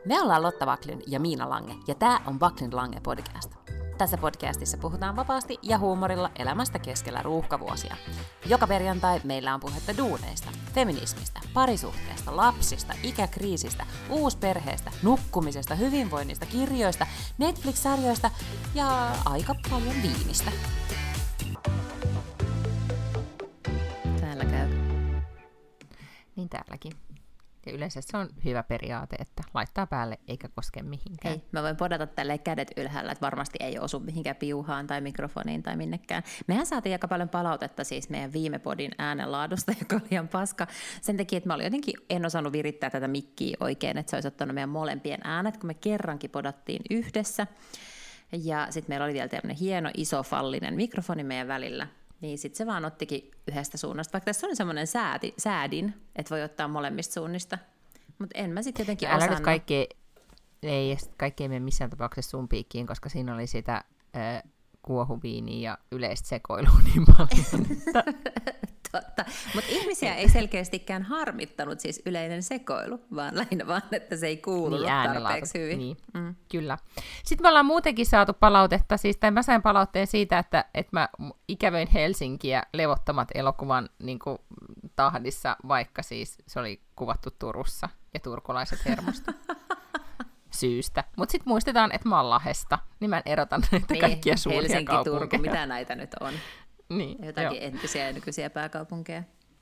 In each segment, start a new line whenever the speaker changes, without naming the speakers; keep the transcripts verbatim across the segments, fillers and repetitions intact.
Me ollaan Lotta Wacklund ja Miina Lange, ja tää on Wacklund Lange podcast. Tässä podcastissa puhutaan vapaasti ja huumorilla elämästä keskellä ruuhkavuosia. Joka perjantai meillä on puhetta duuneista, feminismistä, parisuhteesta, lapsista, ikäkriisistä, uusperheestä, nukkumisesta, hyvinvoinnista, kirjoista, Netflix-sarjoista ja aika paljon viinistä.
Täällä käy. Niin täälläkin. Ja yleensä se on hyvä periaate, että laittaa päälle eikä koske mihinkään.
Hei, mä voin podata tälleen kädet ylhäällä, että varmasti ei osu mihinkään piuhaan tai mikrofoniin tai minnekään. Mehän saatiin aika paljon palautetta siis meidän viime podin äänenlaadusta, joka oli ihan paska. Sen takia, että mä olin jotenkin, en osannut virittää tätä mikkiä oikein, että se olisi ottanut meidän molempien äänet, kun me kerrankin podattiin yhdessä. Ja sitten meillä oli vielä tämmöinen hieno, iso, fallinen mikrofoni meidän välillä. Niin sitten se vaan ottikin yhdestä suunnasta, vaikka tässä on semmoinen sääti, säädin, että voi ottaa molemmista suunnista. Mutta en mä sitten jotenkin
Älä
osannut.
nyt kaikki, ei, kaikki ei mene missään tapauksessa sun piikkiin, koska siinä oli sitä äh, kuohuviiniä ja yleistä sekoilua niin paljon.
Totta, mutta ihmisiä ei selkeästikään harmittanut siis yleinen sekoilu, vaan lähinnä vaan, että se ei kuulunut
niin,
tarpeeksi hyvin.
Niin, mm. Kyllä. Sitten me ollaan muutenkin saatu palautetta, siis, tai mä sain palautteen siitä, että, että mä ikävöin Helsinkiä levottomat elokuvan niin kuin, tahdissa, vaikka siis se oli kuvattu Turussa ja turkulaiset hermosta. Syystä. Mutta sitten muistetaan, että mä oon Lahdesta, niin mä en erota näitä niin, kaikkia suuria
Helsinki,
kaupunkeja.
Turku, mitä näitä nyt on?
Niin,
jotakin jo. Entisiä ja nykyisiä pääkaupunkeja.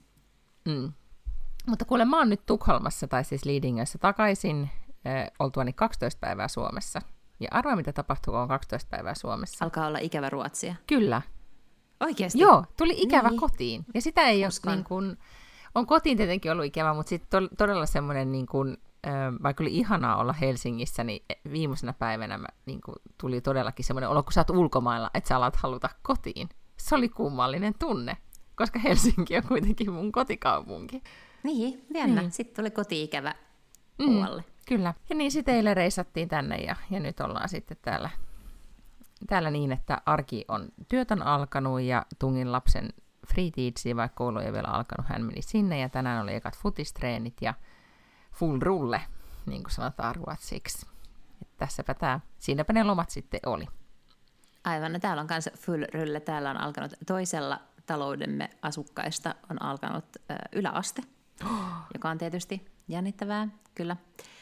Mm. Mutta kuule, mä oon nyt Tukholmassa, tai siis Lidingössä takaisin, äh, oltuani kaksitoista päivää Suomessa. Ja arvaa, mitä tapahtuu, kun on kaksitoista päivää Suomessa.
Alkaa olla ikävä ruotsia.
Kyllä.
Oikeasti?
Joo, tuli ikävä
niin.
kotiin. Ja sitä ei
Uskon.
ole, niin kuin, on kotiin tietenkin ollut ikävä, mutta sitten to- todella semmoinen, niin kuin, äh, vaikka oli ihanaa olla Helsingissä, niin viimeisenä päivänä mä, niin kuin, tuli todellakin semmoinen olo, kun sä oot ulkomailla, että sä alat haluta kotiin. Se oli kummallinen tunne, koska Helsinki on kuitenkin mun kotikaupunki.
Niin, jännä.
Niin.
Sitten tuli koti-ikävä
Mm,
muualle.
kyllä. Ja niin sitten eilen reissattiin tänne ja, ja nyt ollaan sitten täällä, täällä niin, että arki on työt on alkanut ja tungin lapsen free teachia, vaikka koulu ei vielä alkanut, hän meni sinne ja tänään oli ekat futistreenit ja full rulle, niin kuin sanotaan ruotsiksi. Että tässäpä tää, siinäpä ne lomat sitten oli.
Aivan, no täällä on myös full rylle. Täällä on alkanut toisella taloudemme asukkaista on alkanut ö, yläaste, oh. joka on tietysti jännittävää, kyllä.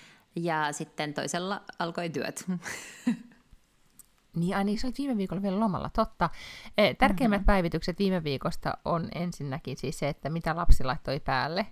Ja sitten toisella alkoi työt.
Niin, ai niin, sä olit viime viikolla vielä lomalla, totta. E, tärkeimmät mm-hmm. päivitykset viime viikosta on ensinnäkin siis se, että mitä lapsi laittoi päälle.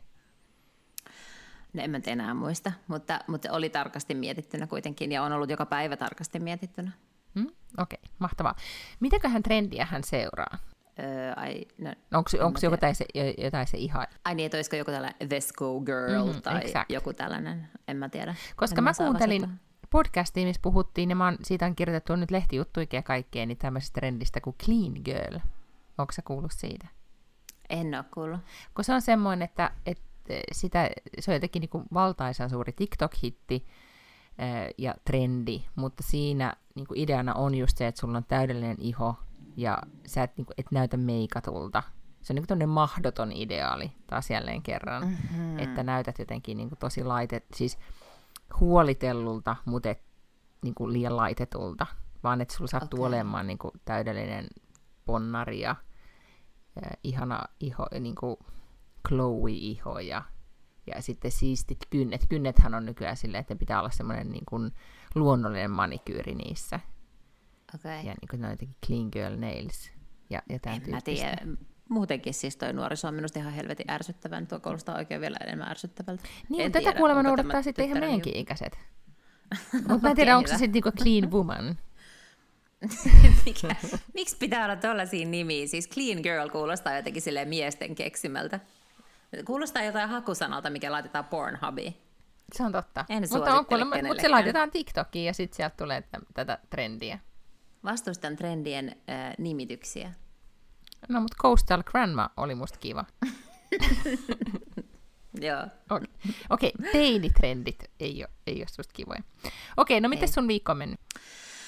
No en mä enää muista, mutta, mutta oli tarkasti mietittynä kuitenkin ja on ollut joka päivä tarkasti mietittynä.
Hmm? Okei, okay, mahtavaa. Mitäköhän trendiä hän seuraa?
Öö, ai, no,
onko onko jotain se, jotain se ihan?
Ai niin, että olisiko joku tällainen Let's Go Girl
mm-hmm,
tai
exact.
joku tällainen, en mä tiedä.
Koska
en
mä,
mä
kuuntelin
vastata.
podcastia, missä puhuttiin, ja mä oon, siitä on kirjoitettu nyt lehtijuttuikin ja kaikkea, niin tämmöisestä trendistä kuin Clean Girl. Onko sä kuullut siitä?
En ole kuullut.
Kun se on semmoinen, että, että sitä, se on jotenkin niin kuin valtaisan suuri TikTok-hitti, ja trendi, mutta siinä niin kuin ideana on just se, että sulla on täydellinen iho ja sä et, niin kuin, et näytä meikatulta. Se on niin kuin mahdoton ideaali taas jälleen kerran, mm-hmm. että näytät jotenkin niin kuin tosi laitet, siis huolitellulta, mutta et niin kuin liian laitetulta, vaan että sulla sattuu okay. olemaan niin kuin täydellinen ponnari ja äh, ihana iho, niin kuin glowy-iho ja Ja sitten siistit kynnet. Kynnethän on nykyään silleen, että pitää olla semmoinen niin kuin luonnollinen manikyyri niissä.
Okay.
Ja niin kuin ne on jotenkin clean girl nails. Ja, ja tämän
en mä tiedä. Muutenkin siis toi nuoriso on minusta ihan helvetin ärsyttävän. Tuo kuulostaa oikein vielä enemmän ärsyttävältä.
Niin,
en
tätä
tiedä,
kuulemma noudattaa sitten ihan meidänkin ikäiset. Mutta mä en tiedä, onko se sitten niinku clean woman.
Miksi pitää olla tollaisia nimiä? Siis clean girl kuulostaa jotenkin silleen miesten keksimältä. Kuulostaa jotain hakusanalta, mikä laitetaan Pornhubiin.
Se on totta.
En
mutta, on, kuulemma, mutta se laitetaan TikTokiin ja sitten sieltä tulee t- tätä trendiä.
Vastustan trendien äh, nimityksiä.
No, mutta Coastal Grandma oli musta kiva.
Joo.
Okei, okay. Teinitrendit ei ole, ei ole susta kivoja. Okei, okay, no miten sun viikko on mennyt?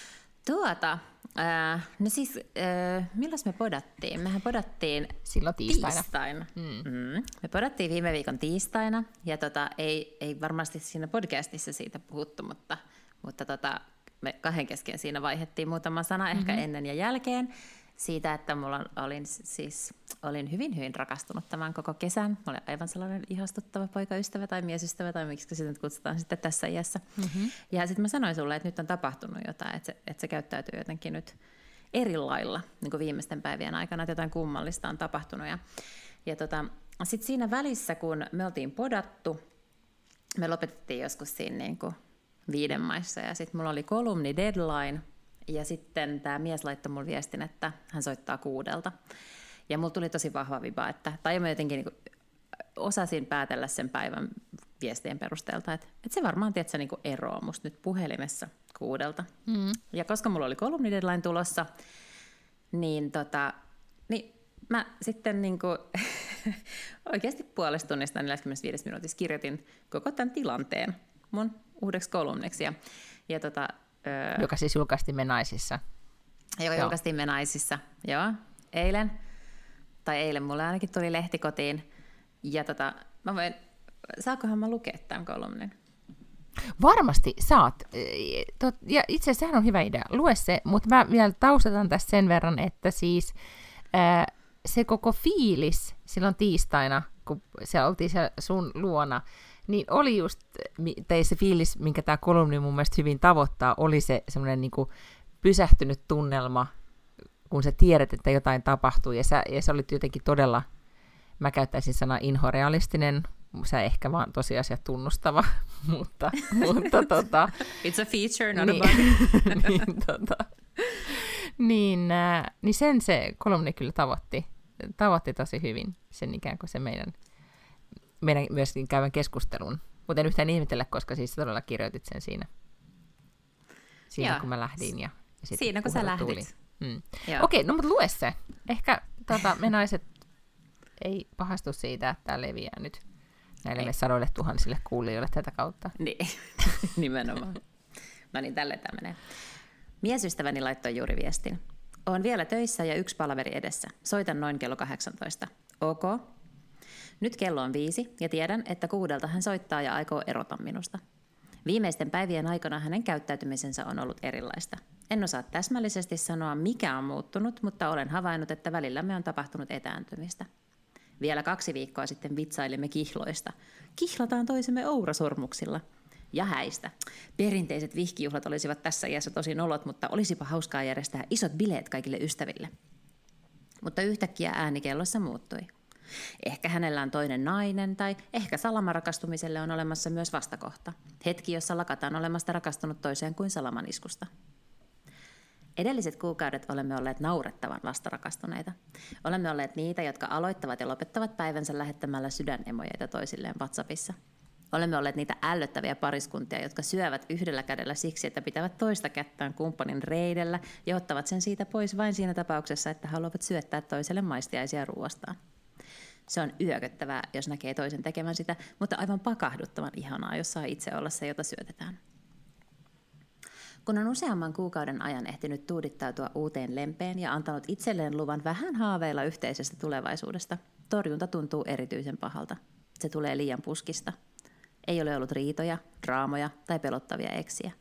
Tuota, äh, no siis, äh, milloin me podattiin? Mehän podattiin
silloin tiistaina.
tiistaina. Mm. Mm. Me podattiin viime viikon tiistaina, ja tota, ei, ei varmasti siinä podcastissa siitä puhuttu, mutta, mutta tota, me kahden kesken siinä vaihdettiin muutama sana mm-hmm. ehkä ennen ja jälkeen siitä, että mulla olin, siis, olin hyvin, hyvin rakastunut tämän koko kesän. Mä olin aivan sellainen ihastuttava poikaystävä tai miesystävä, tai miksi sitä nyt kutsutaan sitten tässä iässä. Mm-hmm. Ja sitten mä sanoin sulle, että nyt on tapahtunut jotain, että se, että se käyttäytyy jotenkin nyt eri lailla niin kuin viimeisten päivien aikana, että jotain kummallista on tapahtunut. Ja, ja tota, sitten siinä välissä, kun me oltiin podattu, me lopetettiin joskus siinä niin kuin viiden maissa, ja sitten mulla oli kolumni deadline, ja sitten tämä mies laittoi mulle viestin, että hän soittaa kuudelta. Ja mulla tuli tosi vahva viba, että, tai mä jotenkin niin kuin osasin päätellä sen päivän viestien perusteelta, että, että se varmaan tiedät, niin eroaa musta nyt puhelimessa kuudelta. Mm. Ja koska mulla oli kolumni deadline tulossa, niin, tota, niin mä sitten niin kuin oikeasti puolesta tunnista neljäkymmentäviisi minuutissa kirjoitin koko tämän tilanteen mun uudeksi kolumniksi. Ja, ja tota, öö,
joka siis julkaistiin Me Naisissa.
Joka joo. julkaistiin Me Naisissa, joo, eilen. Tai eilen mulle ainakin tuli lehti kotiin. Ja tota, mä voin, saakohan mä lukea tämän kolumnin?
Varmasti saat. Ja itse asiassa sehän on hyvä idea. Lue se, mutta mä vielä taustatan tässä sen verran, että siis ää, se koko fiilis silloin tiistaina, kun se oltiin siellä sun luona, niin oli just, tai se fiilis, minkä tämä kolumni mun mielestä hyvin tavoittaa, oli se semmoinen niin kuin pysähtynyt tunnelma, kun sä tiedät, että jotain tapahtuu, ja sä, ja sä olit jotenkin todella, mä käyttäisin sanaa inhorealistinen, sä ehkä vaan tosiasiat tunnustava, mutta, mutta tota...
It's a feature, not
niin,
a bug.
niin, tota, niin, äh, niin sen se kolumni kyllä tavoitti, tavoitti tosi hyvin, sen ikään kuin se meidän, meidän myöskin käyvän keskustelun. Mutta en yhtään ihmetellä, koska siis todella kirjoitit sen siinä, siinä
Joo.
kun mä lähdin. Ja, ja
siinä kun sä lähdit.
Mm. Okei, okay, no mutta lue se. Ehkä tota, me naiset ei pahastu siitä, että tämä leviää nyt näille me sadoille tuhansille kuulijoille tätä kautta.
Niin, nimenomaan. No niin, tälle tämä menee. Miesystäväni laittoi juuri viestin. Olen vielä töissä ja yksi palaveri edessä. Soitan noin kello kahdeksantoista. Ok. Nyt kello on viisi ja tiedän, että kuudelta hän soittaa ja aikoo erota minusta. Viimeisten päivien aikana hänen käyttäytymisensä on ollut erilaista. En osaa täsmällisesti sanoa, mikä on muuttunut, mutta olen havainnut, että välillämme on tapahtunut etääntymistä. Vielä kaksi viikkoa sitten vitsailimme kihloista. Kihlataan toisemme ourasormuksilla. Ja häistä. Perinteiset vihkijuhlat olisivat tässä iässä tosi nolot, mutta olisipa hauskaa järjestää isot bileet kaikille ystäville. Mutta yhtäkkiä ääni kellossa muuttui. Ehkä hänellä on toinen nainen, tai ehkä salamarakastumiselle on olemassa myös vastakohta. Hetki, jossa lakataan olemasta rakastunut toiseen kuin salamaniskusta. Edelliset kuukaudet olemme olleet naurettavan vastarakastuneita. Olemme olleet niitä, jotka aloittavat ja lopettavat päivänsä lähettämällä sydänemojeita toisilleen WhatsAppissa. Olemme olleet niitä ällöttäviä pariskuntia, jotka syövät yhdellä kädellä siksi, että pitävät toista kättään kumppanin reidellä ja ottavat sen siitä pois vain siinä tapauksessa, että haluavat syöttää toiselle maistiaisia ruoastaan. Se on yököttävää, jos näkee toisen tekemään sitä, mutta aivan pakahduttavan ihanaa, jos saa itse olla se, jota syötetään. Kun on useamman kuukauden ajan ehtinyt tuudittautua uuteen lempeen ja antanut itselleen luvan vähän haaveilla yhteisestä tulevaisuudesta, torjunta tuntuu erityisen pahalta. Se tulee liian puskista. Ei ole ollut riitoja, draamoja tai pelottavia eksiä.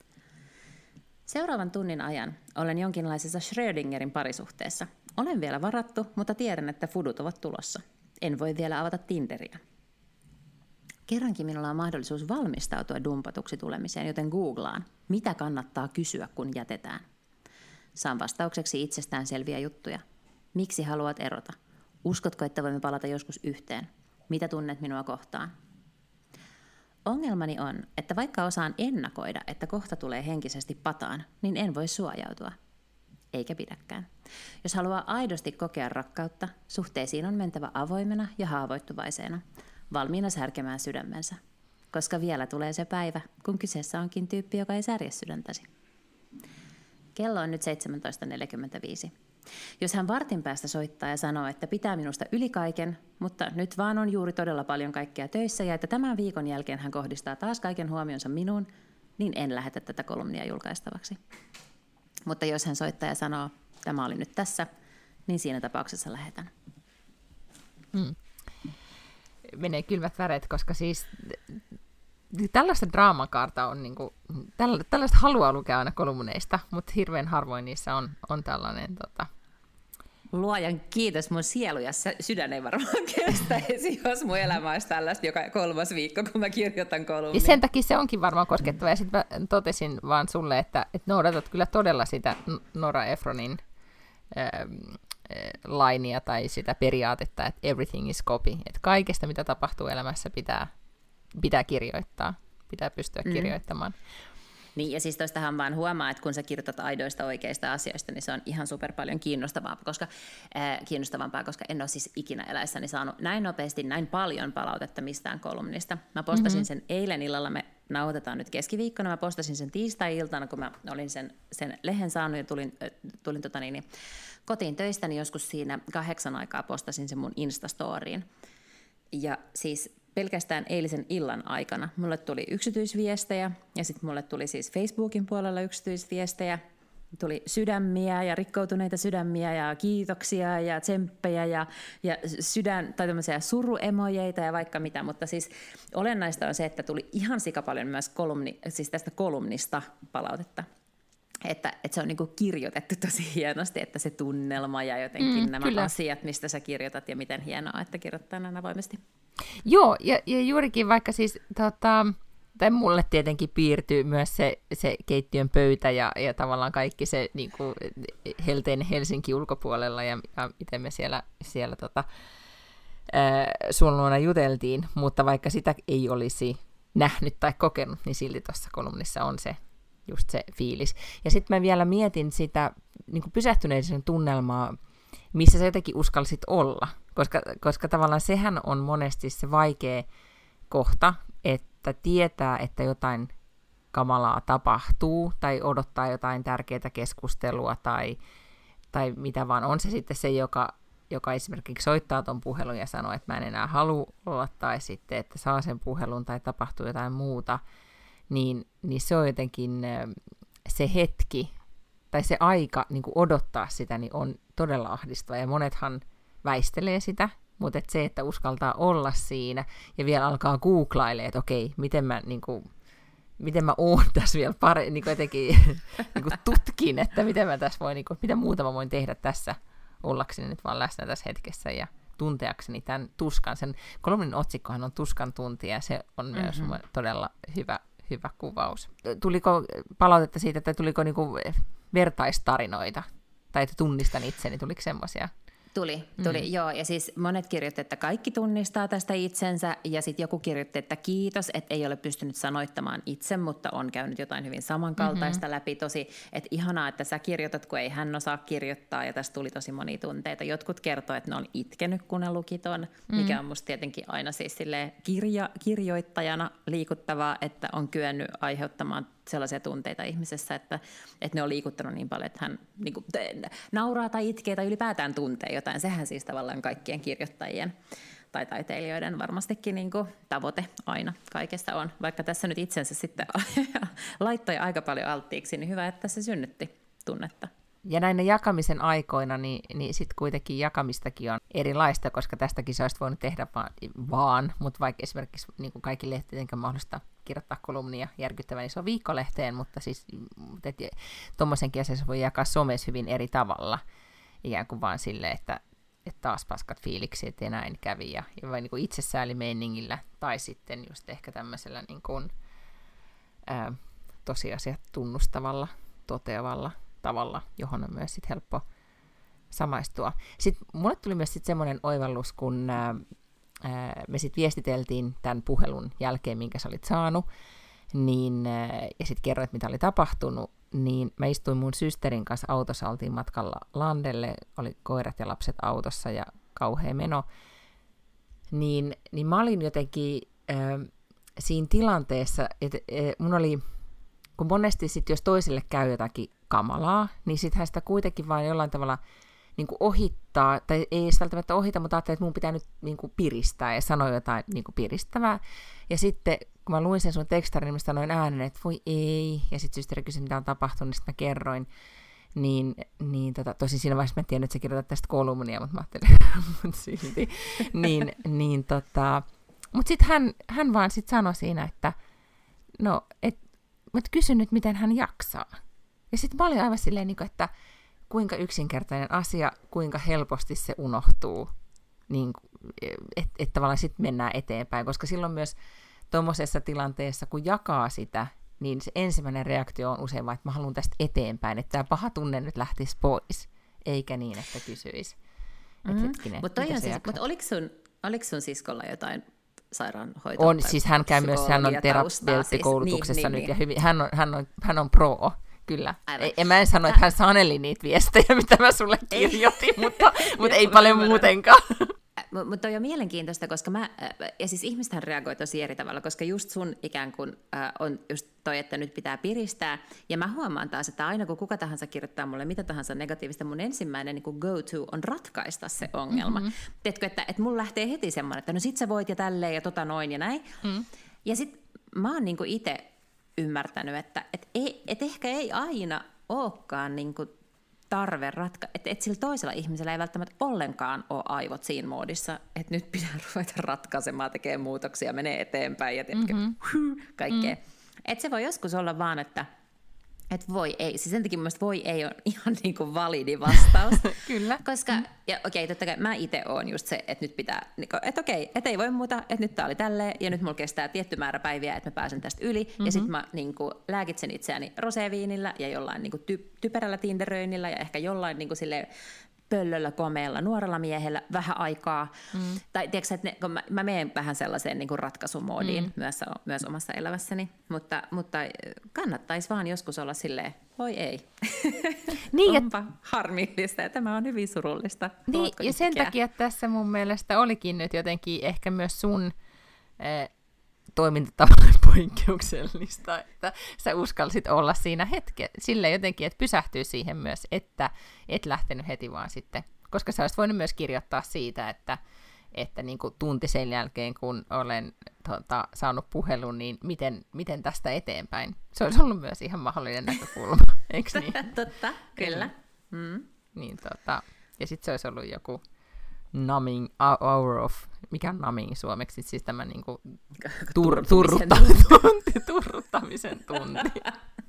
Seuraavan tunnin ajan olen jonkinlaisessa Schrödingerin parisuhteessa. Olen vielä varattu, mutta tiedän, että fudut ovat tulossa. En voi vielä avata Tinderiä. Kerrankin minulla on mahdollisuus valmistautua dumpatuksi tulemiseen, joten googlaan, mitä kannattaa kysyä, kun jätetään. Saan vastaukseksi itsestään selviä juttuja. Miksi haluat erota? Uskotko, että voimme palata joskus yhteen? Mitä tunnet minua kohtaan? Ongelmani on, että vaikka osaan ennakoida, että kohta tulee henkisesti pataan, niin en voi suojautua. Eikä pidäkään. Jos haluaa aidosti kokea rakkautta, suhteisiin on mentävä avoimena ja haavoittuvaisena, valmiina särkemään sydämensä. Koska vielä tulee se päivä, kun kyseessä onkin tyyppi, joka ei särje sydäntäsi. Kello on nyt seitsemäntoista neljäkymmentäviisi. Jos hän vartin päästä soittaa ja sanoo, että pitää minusta yli kaiken, mutta nyt vaan on juuri todella paljon kaikkea töissä ja että tämän viikon jälkeen hän kohdistaa taas kaiken huomionsa minuun, niin en lähetä tätä kolumnia julkaistavaksi. Mutta jos hän soittaa ja sanoo, tämä oli nyt tässä, niin siinä tapauksessa lähetän.
Hmm. Menee kylmät väreet, koska siis tällaista draamakaarta on, niin kuin, tällaista haluaa lukea aina kolumneista, mutta hirveän harvoin niissä on, on tällainen... Tota...
Luojan kiitos, mun sielu ja sydän ei varmaan kestäisi, jos mun elämä olisi tällaista joka kolmas viikko, kun mä kirjoitan kolumnia.
Sen takia se onkin varmaan koskettava. Ja sitten mä totesin vaan sulle, että, että noudatat kyllä todella sitä Nora Ephronin ähm, lainia tai sitä periaatetta, että everything is copy. Että kaikesta, mitä tapahtuu elämässä, pitää, pitää kirjoittaa. Pitää pystyä mm. kirjoittamaan.
Niin, ja siis toistahan vaan huomaa, että kun sä kirjoitat aidoista oikeista asioista, niin se on ihan super paljon kiinnostavampaa, koska, äh, kiinnostavampaa, koska en ole siis ikinä eläessäni saanut näin nopeasti, näin paljon palautetta mistään kolumnista. Mä postasin mm-hmm. sen eilen illalla, me nauhoitetaan nyt keskiviikkona, mä postasin sen tiistai-iltana, kun mä olin sen, sen lehen saanut ja tulin, äh, tulin tota niin, kotiin töistä, niin joskus siinä kahdeksan aikaa postasin sen mun Instastoriin. Ja siis... Pelkästään eilisen illan aikana mulle tuli yksityisviestejä ja sitten mulle tuli siis Facebookin puolella yksityisviestejä. Tuli sydämiä ja rikkoutuneita sydämiä ja kiitoksia ja tsemppejä ja, ja sydän, tai tämmöisiä suruemojeita ja vaikka mitä. Mutta siis olennaista on se, että tuli ihan sikapaljon myös kolumni, siis tästä kolumnista palautetta. Että, että se on niin kuin kirjoitettu tosi hienosti, että se tunnelma ja jotenkin mm, nämä kyllä. asiat, mistä sä kirjoitat ja miten hienoa, että kirjoittaa näin avoimesti.
Joo, ja, ja juurikin vaikka siis, tota, tai mulle tietenkin piirtyy myös se, se keittiön pöytä ja, ja tavallaan kaikki se niin kuin helteen Helsinki ulkopuolella ja, ja miten me siellä, siellä tota, sun luona juteltiin, mutta vaikka sitä ei olisi nähnyt tai kokenut, niin silti tuossa kolumnissa on se just se fiilis. Ja sitten mä vielä mietin sitä niin kuin pysähtyneisen tunnelmaa, missä sä jotenkin uskalsit olla, koska, koska tavallaan sehän on monesti se vaikea kohta, että tietää, että jotain kamalaa tapahtuu, tai odottaa jotain tärkeää keskustelua, tai, tai mitä vaan. On se sitten se, joka, joka esimerkiksi soittaa ton puhelun ja sanoo, että mä en enää halua olla, tai sitten, että saa sen puhelun, tai tapahtuu jotain muuta, niin, niin se on jotenkin se hetki, tai se aika niin kuin odottaa sitä, niin on todella ahdistava, ja monethan väistelee sitä, mutta et se, että uskaltaa olla siinä, ja vielä alkaa googlailemaan, että okei, miten mä, niin kuin, miten mä oon tässä vielä pare, niin kuin jotenkin niin kuin tutkin, että miten mä tässä voin, niin kuin, mitä muuta mä voin tehdä tässä, ollakseni nyt vaan läsnä tässä hetkessä, ja tunteakseni tämän tuskan. Sen kolumnin otsikkohan on Tuskan tunti, ja se on mm-hmm. myös todella hyvä, hyvä kuvaus. Tuliko palautetta siitä, että tuliko niinku vertaistarinoita, tai että tunnistan itseni, tuliko semmoisia?
Tuli, tuli, mm. joo. Ja siis monet kirjoitti, että kaikki tunnistaa tästä itsensä, ja sitten joku kirjoitti, että kiitos, että ei ole pystynyt sanoittamaan itse, mutta on käynyt jotain hyvin samankaltaista mm-hmm. läpi. Tosi, että ihanaa, että sä kirjoitat, kun ei hän osaa kirjoittaa, ja tässä tuli tosi monia tunteita. Jotkut kertoi, että ne on itkenyt, kun ne luki ton, mm-hmm. mikä on musta tietenkin aina siis silleen kirja, kirjoittajana liikuttavaa, että on kyennyt aiheuttamaan sellaisia tunteita ihmisessä, että, että ne on liikuttanut niin paljon, että hän niin kuin, nauraa tai itkee tai ylipäätään tuntee jotain. Sehän siis tavallaan kaikkien kirjoittajien tai taiteilijoiden varmastikin niin kuin tavoite aina kaikesta on. Vaikka tässä nyt itsensä sitten laittoi aika paljon alttiiksi, niin hyvä, että se synnytti tunnetta.
Ja näinä jakamisen aikoina, niin, niin sitten kuitenkin jakamistakin on erilaista, koska tästäkin sä olisit voinut tehdä vaan, vaan mutta vaikka esimerkiksi niin kuin kaikki lehti tietenkään mahdollista kirjoittaa kolumnia järkyttävän iso viikkolehteen, mutta siis tuommoisenkin asiassa voi jakaa somessa hyvin eri tavalla, ikään kuin vaan silleen, että, että taas paskat fiiliksi, että näin kävi, ja, ja vai niin kuin itsesäälimeiningillä, tai sitten just ehkä tämmöisellä niin kuin, ää, tosiasiat tunnustavalla, toteavalla tavalla, johon on myös sit helppo samaistua. Sitten mulle tuli myös sit semmoinen oivallus, kun ää, ää, me sitten viestiteltiin tämän puhelun jälkeen, minkä sä olit saanut, niin, ää, ja sitten kerroit, mitä oli tapahtunut, niin mä istuin mun systerin kanssa autossa, oltiin matkalla landelle, oli koirat ja lapset autossa ja kauhea meno, niin, niin mä olin jotenkin ää, siinä tilanteessa, että mun oli, kun monesti sitten jos toisille käy jotakin kamalaa, niin sittenhän sitä kuitenkin vaan jollain tavalla niin kuin ohittaa, tai ei edes välttämättä ohita, mutta ajattelin, että mun pitää nyt niin kuin piristää ja sanoa jotain niin kuin piristävää. Ja sitten kun mä luin sen sun tekstarin, niin mä sanoin äänen, että voi ei, ja sitten systeri kysyi, mitä on tapahtunut, niin sitten mä kerroin, niin, niin tota, tosi siinä vaiheessa mä en tiennyt, että sä kirjoitat tästä kolumnia, mutta mä ajattelin, mutta silti. niin, niin tota, mutta sitten hän, hän vaan sit sanoi siinä, että no, et, et kysy nyt, miten hän jaksaa. Ja sitten mä olin aivan silleen, että kuinka yksinkertainen asia, kuinka helposti se unohtuu, niin, että et tavallaan sitten mennään eteenpäin, koska silloin myös tuommoisessa tilanteessa, kun jakaa sitä, niin se ensimmäinen reaktio on usein vaan, että mä haluan tästä eteenpäin, että tämä paha tunne nyt lähtisi pois, eikä niin, että kysyisi.
Mm-hmm. Mutta siis, mut oliko, sun, oliko sun siskolla jotain sairaanhoitoa?
On, siis hän käy myös, hän on terapeuttikoulutuksessa siis, nyt, niin, ja hyvin, hän, on, hän, on, hän on pro, kyllä. Ja mä en sano, että hän saneli niitä viestejä, mitä mä sulle kirjoitin, mutta, mutta ei paljon muutenkaan.
Mutta on jo mielenkiintoista, koska mä, ja siis ihmistähän reagoi tosi eri tavalla, koska just sun ikään kuin äh, on just toi, että nyt pitää piristää, ja mä huomaan taas, että aina kun kuka tahansa kirjoittaa mulle mitä tahansa negatiivista, mun ensimmäinen niin kuin go-to on ratkaista se ongelma. Mm-hmm. Tiedätkö, että, että mulla lähtee heti semmoinen, että no sit sä voit ja tälleen ja tota noin ja näin. Mm. Ja sit mä oon niin kuin itse ymmärtänyt, että et, ei, et ehkä ei aina olekaan niin kuin tarve ratkaista, että et sillä toisella ihmisellä ei välttämättä ollenkaan ole aivot siinä moodissa, että nyt pitää ruveta ratkaisemaan, tekee muutoksia, menee eteenpäin ja mm-hmm. kaikkea. Mm. Että se voi joskus olla vaan, että et voi ei. Siis sen takia mielestäni voi ei ole ihan niin kuin validi vastaus.
Kyllä.
Koska, mm. ja okei, okay, totta kai mä itse oon just se, että nyt pitää, että okei, okay, että ei voi muuta, että nyt tää oli tälleen, ja nyt mulla kestää tietty määrä päiviä, että mä pääsen tästä yli, mm-hmm. ja sit mä niin kuin lääkitsen itseäni roseviinillä ja jollain niin kuin ty- typerällä tinderöinnillä ja ehkä jollain niin kuin silleen pöllöllä, komeella, nuorella miehellä vähän aikaa. Mm. Tai tiedätkö, että ne, kun mä, mä menen vähän sellaiseen niin kuin ratkaisumoodiin mm. myös, myös omassa elämässäni, mutta, mutta kannattaisi vaan joskus olla silleen, voi ei. Niin, onpa et... harmillista ja tämä on hyvin surullista.
Niin, ja sen takia tässä mun mielestä olikin nyt jotenkin ehkä myös sun äh, toimintatavalle poikkeuksellista, että sä uskalsit olla siinä hetke, sille jotenkin, että pysähtyy siihen myös, että et lähtenyt heti vaan sitten, koska sä olisit voinut myös kirjoittaa siitä, että, että niin kuin tunti sen jälkeen, kun olen tota, saanut puhelun, niin miten, miten tästä eteenpäin. Se olisi ollut myös ihan mahdollinen näkökulma, eikö niin?
Totta, kyllä.
Mm. Niin, tota, ja sitten se olisi ollut joku numbing hour of, mikä on numbing suomeksi, siis tämä niinku tur, turruttamisen tunti. turruttamisen tunti.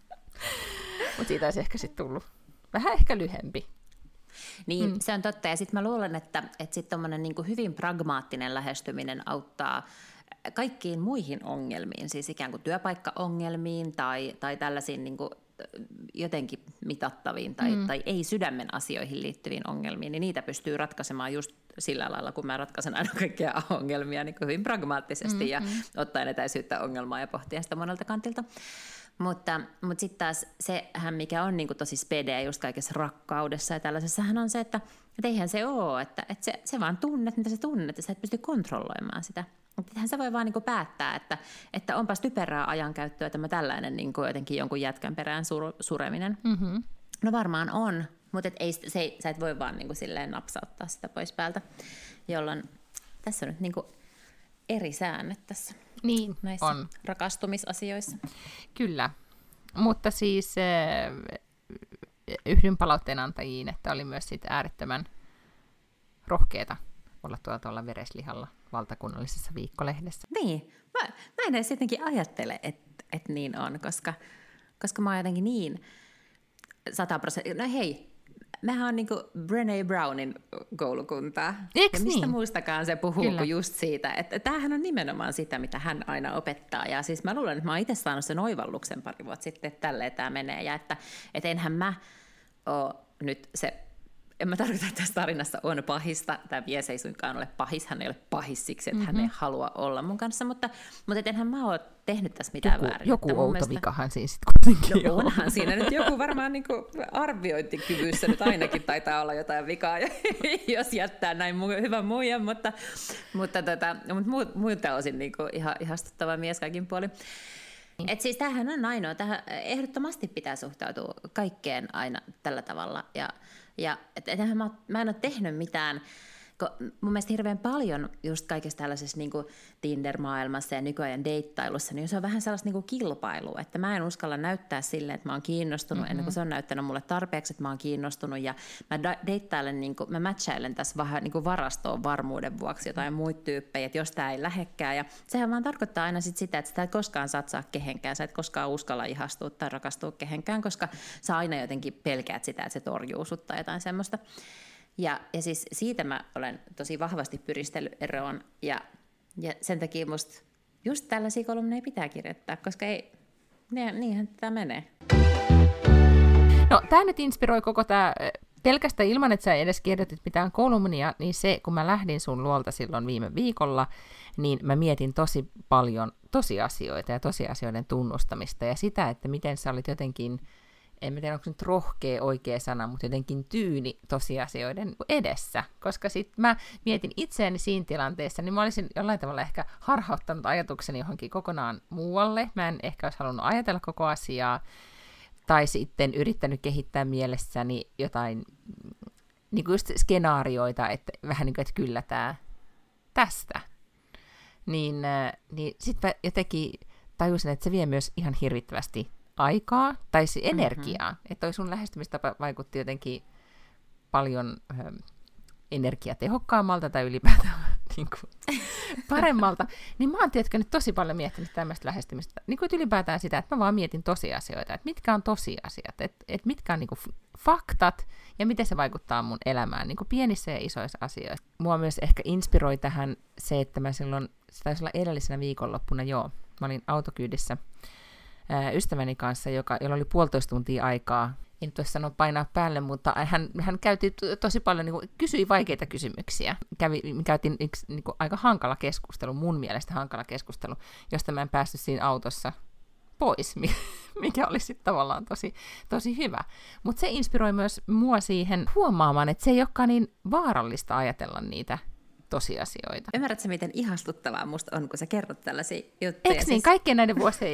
Mutta siitä olisi ehkä sitten tullut vähän ehkä lyhempi.
Niin, mm. se on totta. Ja sitten mä luulen, että, että sitten tommoinen niinku hyvin pragmaattinen lähestyminen auttaa kaikkiin muihin ongelmiin, siis ikään kuin työpaikkaongelmiin tai, tai tällaisiin niinku jotenkin mitattaviin tai, mm. tai ei sydämen asioihin liittyviin ongelmiin, niin niitä pystyy ratkaisemaan just sillä lailla, kun mä ratkaisen aina kaikkia ongelmia niin kuin hyvin pragmaattisesti mm, ja mm. ottaen etäisyyttä ongelmaa ja pohtia sitä monelta kantilta. Mutta, mutta sitten taas sehän, mikä on niin kuin tosi spedeä just kaikessa rakkaudessa ja tällaisessahan on se, että et eihän se ole, että, että se, se vaan tunnet, mitä sä tunnet ja sä et pysty kontrolloimaan sitä. Eihän se voi vaan niin kuin päättää, että, että onpas typerää ajankäyttöä tämä tällainen niin kuin jotenkin jonkun jätkän perään sur, sureminen. Mm-hmm. No varmaan on, mutta et ei, se ei, sä et voi vaan niin kuin silleen napsauttaa sitä pois päältä, jolloin tässä on nyt niin kuin eri säännöt tässä
niin,
näissä
on.
rakastumisasioissa.
Kyllä, mutta siis äh, yhdyn palautteen antajiin, että oli myös sit äärettömän rohkeata olla tuolla tuolla vereslihalla valtakunnallisessa viikkolehdessä.
Niin, mä, mä en edes jotenkin ajattele, että et niin on, koska, koska mä oon jotenkin niin sata prosenttia, no hei, mähän on niinku Brené Brownin koulukuntaa.
Eiks
ja mistä
niin?
muistakaan se puhuu
Kyllä.
kuin just siitä, että tämähän on nimenomaan sitä, mitä hän aina opettaa. Ja siis mä luulen, että mä oon itse saanut sen oivalluksen pari vuotta sitten, että tälleen tämä menee. Ja että et enhän mä ole nyt se, en mä tarkoita, että tässä tarinassa on pahista. Tämä mies ei suinkaan ole pahis, hän ei ole pahis siksi, että mm-hmm. hän ei halua olla mun kanssa. Mutta, mutta et enhän mä ole tehnyt tässä mitään
joku,
väärin.
Joku outo
mielestä...
vikahan siinä sitten kuitenkin
no, onhan siinä nyt joku varmaan niin kuin arviointikyvyssä nyt ainakin taitaa olla jotain vikaa, jos jättää näin mu- hyvän muijan, mutta, mutta, tota, mutta muilta osin niin kuin ihan ihastuttava mies kaikin puolin. Et siis tämähän on ainoa, tähän ehdottomasti pitää suhtautua kaikkeen aina tällä tavalla. Ja, ja et, et mä, mä en ole tehnyt mitään mun mielestä hirveän paljon just kaikessa tällaisessa niin kuin Tinder-maailmassa ja nykyajan deittailussa, niin se on vähän sellaista niin kuin kilpailua, että mä en uskalla näyttää silleen, että mä oon kiinnostunut, mm-hmm. ennen kuin se on näyttänyt mulle tarpeeksi, että mä oon kiinnostunut, ja mä da- deittailen, niin kuin, mä matchailen tässä vähän niin kuin varastoon varmuuden vuoksi jotain muita tyyppejä, että jos tää ei lähekkää, ja sehän vaan tarkoittaa aina sit sitä, että sä et koskaan satsaa kehenkään, sä et koskaan uskalla ihastua tai rakastua kehenkään, koska sä aina jotenkin pelkäät sitä, että se torjuu sut tai jotain semmoista. Ja, ja siis siitä mä olen tosi vahvasti pyristellyt eroon, ja, ja sen takia musta just tällaisia kolumneja pitää kirjoittaa, koska ei, ne, niinhän tämä menee.
No tämä nyt inspiroi koko tämä, pelkästään ilman, että sä edes kirjoitit mitään kolumnia, niin se, kun mä lähdin sun luolta silloin viime viikolla, niin mä mietin tosi paljon tosiasioita ja tosiasioiden tunnustamista ja sitä, että miten sä olit jotenkin, en tiedä, onko se nyt rohkea oikea sana, mutta jotenkin tyyni tosiasioiden edessä. Koska sitten mä mietin itseäni siinä tilanteessa, niin mä olisin jollain tavalla ehkä harhauttanut ajatukseni johonkin kokonaan muualle. Mä en ehkä olisi halunnut ajatella koko asiaa. Tai sitten yrittänyt kehittää mielessäni jotain niin kuin just skenaarioita, että vähän niin kuin, että kyllä tämä tästä. Niin, niin sitten jotenkin tajusin, että se vie myös ihan hirvittävästi aikaa, tai se energiaa, mm-hmm. että toi sun lähestymistapa vaikutti jotenkin paljon ö, energiatehokkaammalta tai ylipäätään niin kuin, paremmalta, niin mä oon tietenkin nyt tosi paljon miettinyt tämmöistä lähestymistä, niin kuin ylipäätään sitä, että mä vaan mietin tosiasioita, että mitkä on tosiasiat, että, että mitkä on niin kuin faktat ja miten se vaikuttaa mun elämään, niin kuin pienissä ja isoissa asioissa. Mua myös ehkä inspiroi tähän se, että mä silloin, se taisi olla edellisenä viikonloppuna, joo, mä olin autokyydissä ystäväni kanssa, joka, jolla oli puolitoista tuntia aikaa. En nyt olisi sanonut painaa päälle, mutta hän, hän käytti tosi paljon, niin kuin, kysyi vaikeita kysymyksiä. Kävi, käytiin yksi niin kuin, aika hankala keskustelu, mun mielestä hankala keskustelu, josta mä en päässyt siinä autossa pois, mikä oli sitten tavallaan tosi, tosi hyvä. Mutta se inspiroi myös mua siihen huomaamaan, että se ei olekaan niin vaarallista ajatella niitä tosiasioita.
Ymmärrätkö, miten ihastuttavaa musta on, kun sä kerrot tällaisia juttuja?
Eikö niin, siis kaikkien näiden vuosien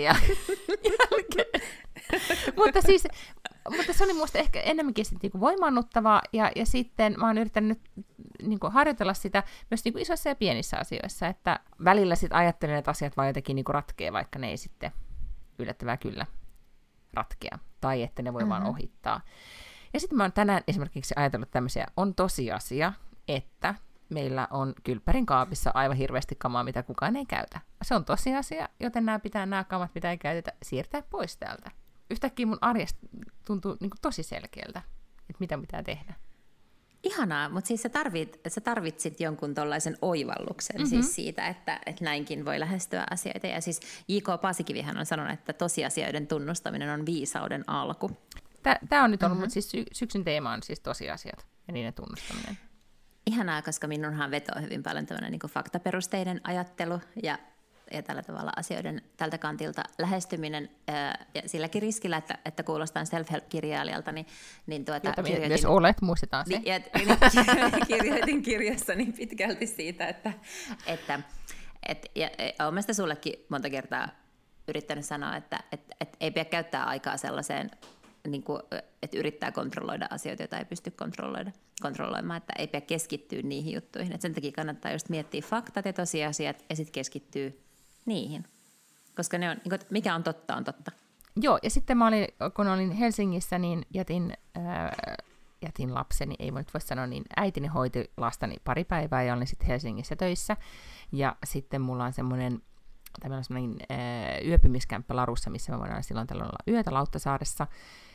jälkeen? mutta, siis, mutta se oli musta ehkä enemmänkin niinku voimaannuttavaa, ja, ja sitten mä oon yrittänyt niinku harjoitella sitä myös niinku isoissa ja pienissä asioissa, että välillä sit ajattelen, että asiat vaan jotenkin niinku ratkee, vaikka ne ei sitten yllättävää kyllä ratkea, tai että ne voi mm-hmm. vaan ohittaa. Ja sitten mä oon tänään esimerkiksi ajatellut tämmöisiä, on tosiasia, että meillä on kylppärin kaapissa aivan hirveästi kamaa, mitä kukaan ei käytä. Se on tosiasia, joten nämä pitää nämä kamat, mitä ei käytetä, siirtää pois täältä. Yhtäkkiä mun arjesta tuntuu niin kuin tosi selkeältä, että mitä pitää tehdä.
Ihanaa, mutta siis sä, tarvit, sä tarvitsit jonkun tollaisen oivalluksen mm-hmm. siis siitä, että, että näinkin voi lähestyä asioita. Ja siis J K Paasikivihän on sanonut, että tosiasioiden tunnustaminen on viisauden alku.
Tämä on nyt ollut, mm-hmm. mutta siis sy- syksyn teema on siis tosiasiat ja niiden tunnustaminen.
Ihanaa, koska minunhan vetoo hyvin paljon tämmöinen niin kuin faktaperusteinen ajattelu ja, ja tällä tavalla asioiden tältä kantilta lähestyminen. Ää, ja silläkin riskillä, että, että kuulostan self-help-kirjailijalta, niin, niin tuota,
Jota kirjoitin, myös olet, muistetaan se.
Niin, ja, niin, kirjoitin kirjassa niin pitkälti siitä, että, että et, ja, ja olen sitä sullekin monta kertaa yrittänyt sanoa, että et, et ei pidä käyttää aikaa sellaiseen, niin kuin, että yrittää kontrolloida asioita, joita ei pysty kontrolloida, kontrolloimaan, että ei pidä keskittyä niihin juttuihin. Et sen takia kannattaa just miettiä faktat ja tosiasiat ja sitten keskittyä niihin. Koska ne on, niin kuin, mikä on totta, on totta.
Joo, ja sitten mä olin, kun olin Helsingissä, niin jätin, ää, jätin lapseni, ei voi sanoa niin, äitini hoiti lastani pari päivää ja olin sitten Helsingissä töissä. Ja sitten mulla on semmoinen semmoinen ää, yöpymiskämppä Larussa, missä me voidaan silloin tällöin olla yötä Lauttasaaressa.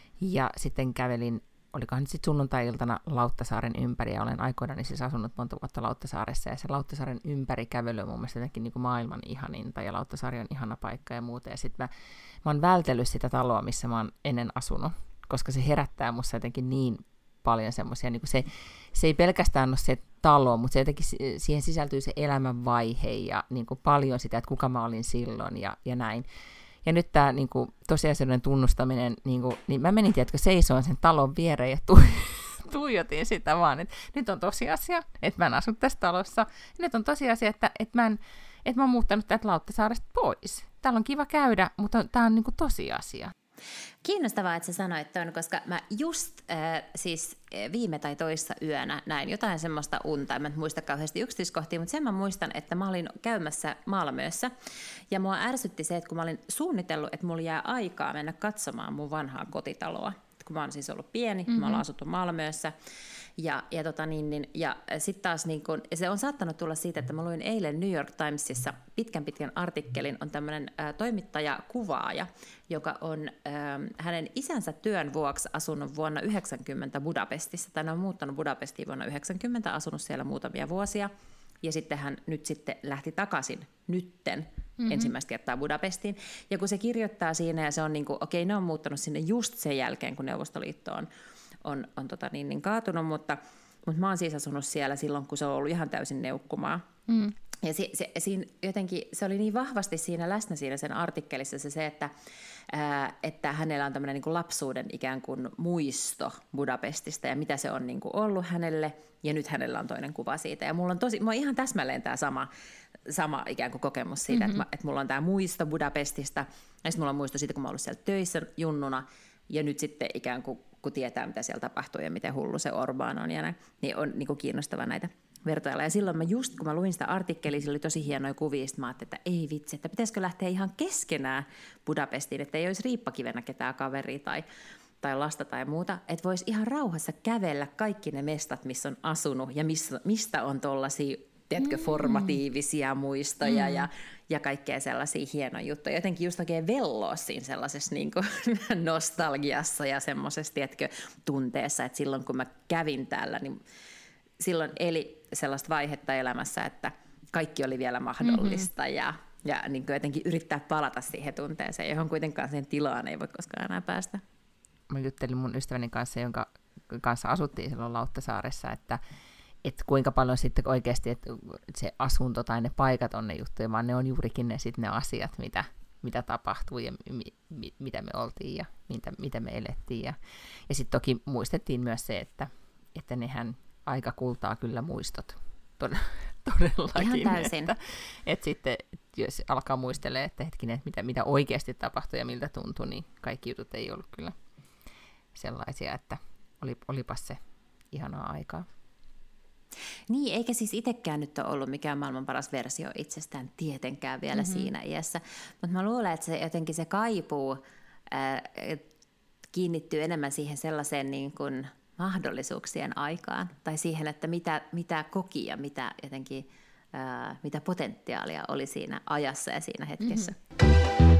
Ja sitten kävelin, olikohan nyt sitten sunnuntai-iltana Lauttasaaren ympäri, ja olen aikoinaan siis asunut monta vuotta Lauttasaaressa, ja se Lauttasaaren ympäri kävely on mun mielestä jotenkin niin kuin maailman ihaninta, ja Lauttasaari on ihana paikka ja muuta, ja sitten mä, mä oon vältellyt sitä taloa, missä mä oon ennen asunut, koska se herättää musta jotenkin niin paljon semmoisia, niin kuin se, se ei pelkästään ole se talo, mutta se jotenkin siihen sisältyy se elämänvaihe, ja niin kuin paljon sitä, että kuka mä olin silloin, ja, ja näin. Ja nyt tämä niin kuin, tosiasioiden tunnustaminen, niin, kuin, niin mä menin, tiedätkö, seisoon sen talon viereen ja tu- tuijotin sitä vaan, että nyt on tosiasia, että mä en asu tässä talossa. Ja nyt on tosiasia, että, että, mä, en, että mä oon muuttanut täältä Lauttasaaresta pois. Täällä on kiva käydä, mutta tämä on niin kuin, tosiasia.
Kiinnostavaa, että sä sanoit ton, koska mä just äh, siis viime tai toissa yönä näin jotain semmoista unta, en mä muista kauheasti yksityiskohtia, mutta sen mä muistan, että mä olin käymässä Malmössä ja mua ärsytti se, että kun mä olin suunnitellut, että mulla jää aikaa mennä katsomaan mun vanhaa kotitaloa, kun mä oon siis ollut pieni, mm-hmm. mä ollaan asuttu Malmössä. Ja, ja, tota niin, niin, ja sitten taas niin kun, se on saattanut tulla siitä, että mä luin eilen New York Timesissa pitkän pitkän artikkelin, on tämmöinen ä, toimittaja-kuvaaja, joka on ä, hänen isänsä työn vuoksi asunut vuonna yhdeksänkymmentä Budapestissa, tai ne on muuttanut Budapestiin vuonna yhdeksänkymmentä, asunut siellä muutamia vuosia, ja sitten hän nyt sitten lähti takaisin nytten mm-hmm. ensimmäistä kertaa Budapestiin, ja kun se kirjoittaa siinä, ja se on niin kuin, okei, ne on muuttanut sinne just sen jälkeen, kun Neuvostoliitto on on, on tota niin, niin kaatunut, mutta, mutta mä oon siis asunut siellä silloin, kun se on ollut ihan täysin neukkumaa. Mm. Ja se, se, siinä jotenkin, se oli niin vahvasti siinä läsnä siinä sen artikkelissa se, se että, ää, että hänellä on tämmöinen niin kuin lapsuuden ikään kuin muisto Budapestista ja mitä se on niin kuin ollut hänelle, ja nyt hänellä on toinen kuva siitä. Ja mulla on, tosi, mulla on ihan täsmälleen tämä sama, sama ikään kuin kokemus siitä, mm-hmm. että, mä, että mulla on tämä muisto Budapestista, ja sitten mulla on muisto siitä, kun mä oon ollut siellä töissä junnuna, ja nyt sitten ikään kuin kun tietää, mitä siellä tapahtuu ja miten hullu se Orbán on, ja näin, niin on niin kuin kiinnostava näitä vertailla. Ja silloin mä just, kun mä luin sitä artikkelia, sillä oli tosi hienoja kuvia, mä ajattelin, että ei vitsi, että pitäisikö lähteä ihan keskenään Budapestiin, että ei olisi riippakivenä ketään kaveria tai, tai lasta tai muuta, että voisi ihan rauhassa kävellä kaikki ne mestat, missä on asunut ja missä, mistä on tollaisia, tiedätkö, formatiivisia muistoja mm. ja, ja kaikkea sellaisia hienoja juttuja. Jotenkin just oikein velloa siinä sellaisessa niin kuin nostalgiassa ja semmoisessa, tiedätkö, tunteessa, että silloin kun mä kävin täällä, niin silloin eli sellaista vaihetta elämässä, että kaikki oli vielä mahdollista mm-hmm. ja, ja niin kuin jotenkin yrittää palata siihen tunteeseen, johon kuitenkaan sen tilaan ei voi koskaan enää päästä.
Mä juttelin mun ystäväni kanssa, jonka kanssa asuttiin silloin Lauttasaaressa, että että kuinka paljon sitten oikeasti että se asunto tai ne paikat on ne juttuja, vaan ne on juurikin ne, sit ne asiat, mitä, mitä tapahtuu ja mi, mi, mitä me oltiin ja mitä, mitä me elettiin. Ja, ja sitten toki muistettiin myös se, että, että nehän aika kultaa kyllä muistot todellakin.
Ihan täysin.
Että, että sitten jos alkaa muistelemaan, että hetkinen, että mitä, mitä oikeasti tapahtui ja miltä tuntui, niin kaikki jutut ei ollut kyllä sellaisia, että oli, olipas se ihanaa aikaa.
Niin, eikä siis itsekään nyt ole ollut mikään maailman paras versio itsestään tietenkään vielä mm-hmm. siinä iässä, mutta mä luulen, että se jotenkin se kaipuu äh, kiinnittyy enemmän siihen sellaiseen niin kuin mahdollisuuksien aikaan, tai siihen, että mitä, mitä koki ja mitä, jotenkin, äh, mitä potentiaalia oli siinä ajassa ja siinä hetkessä. Mm-hmm.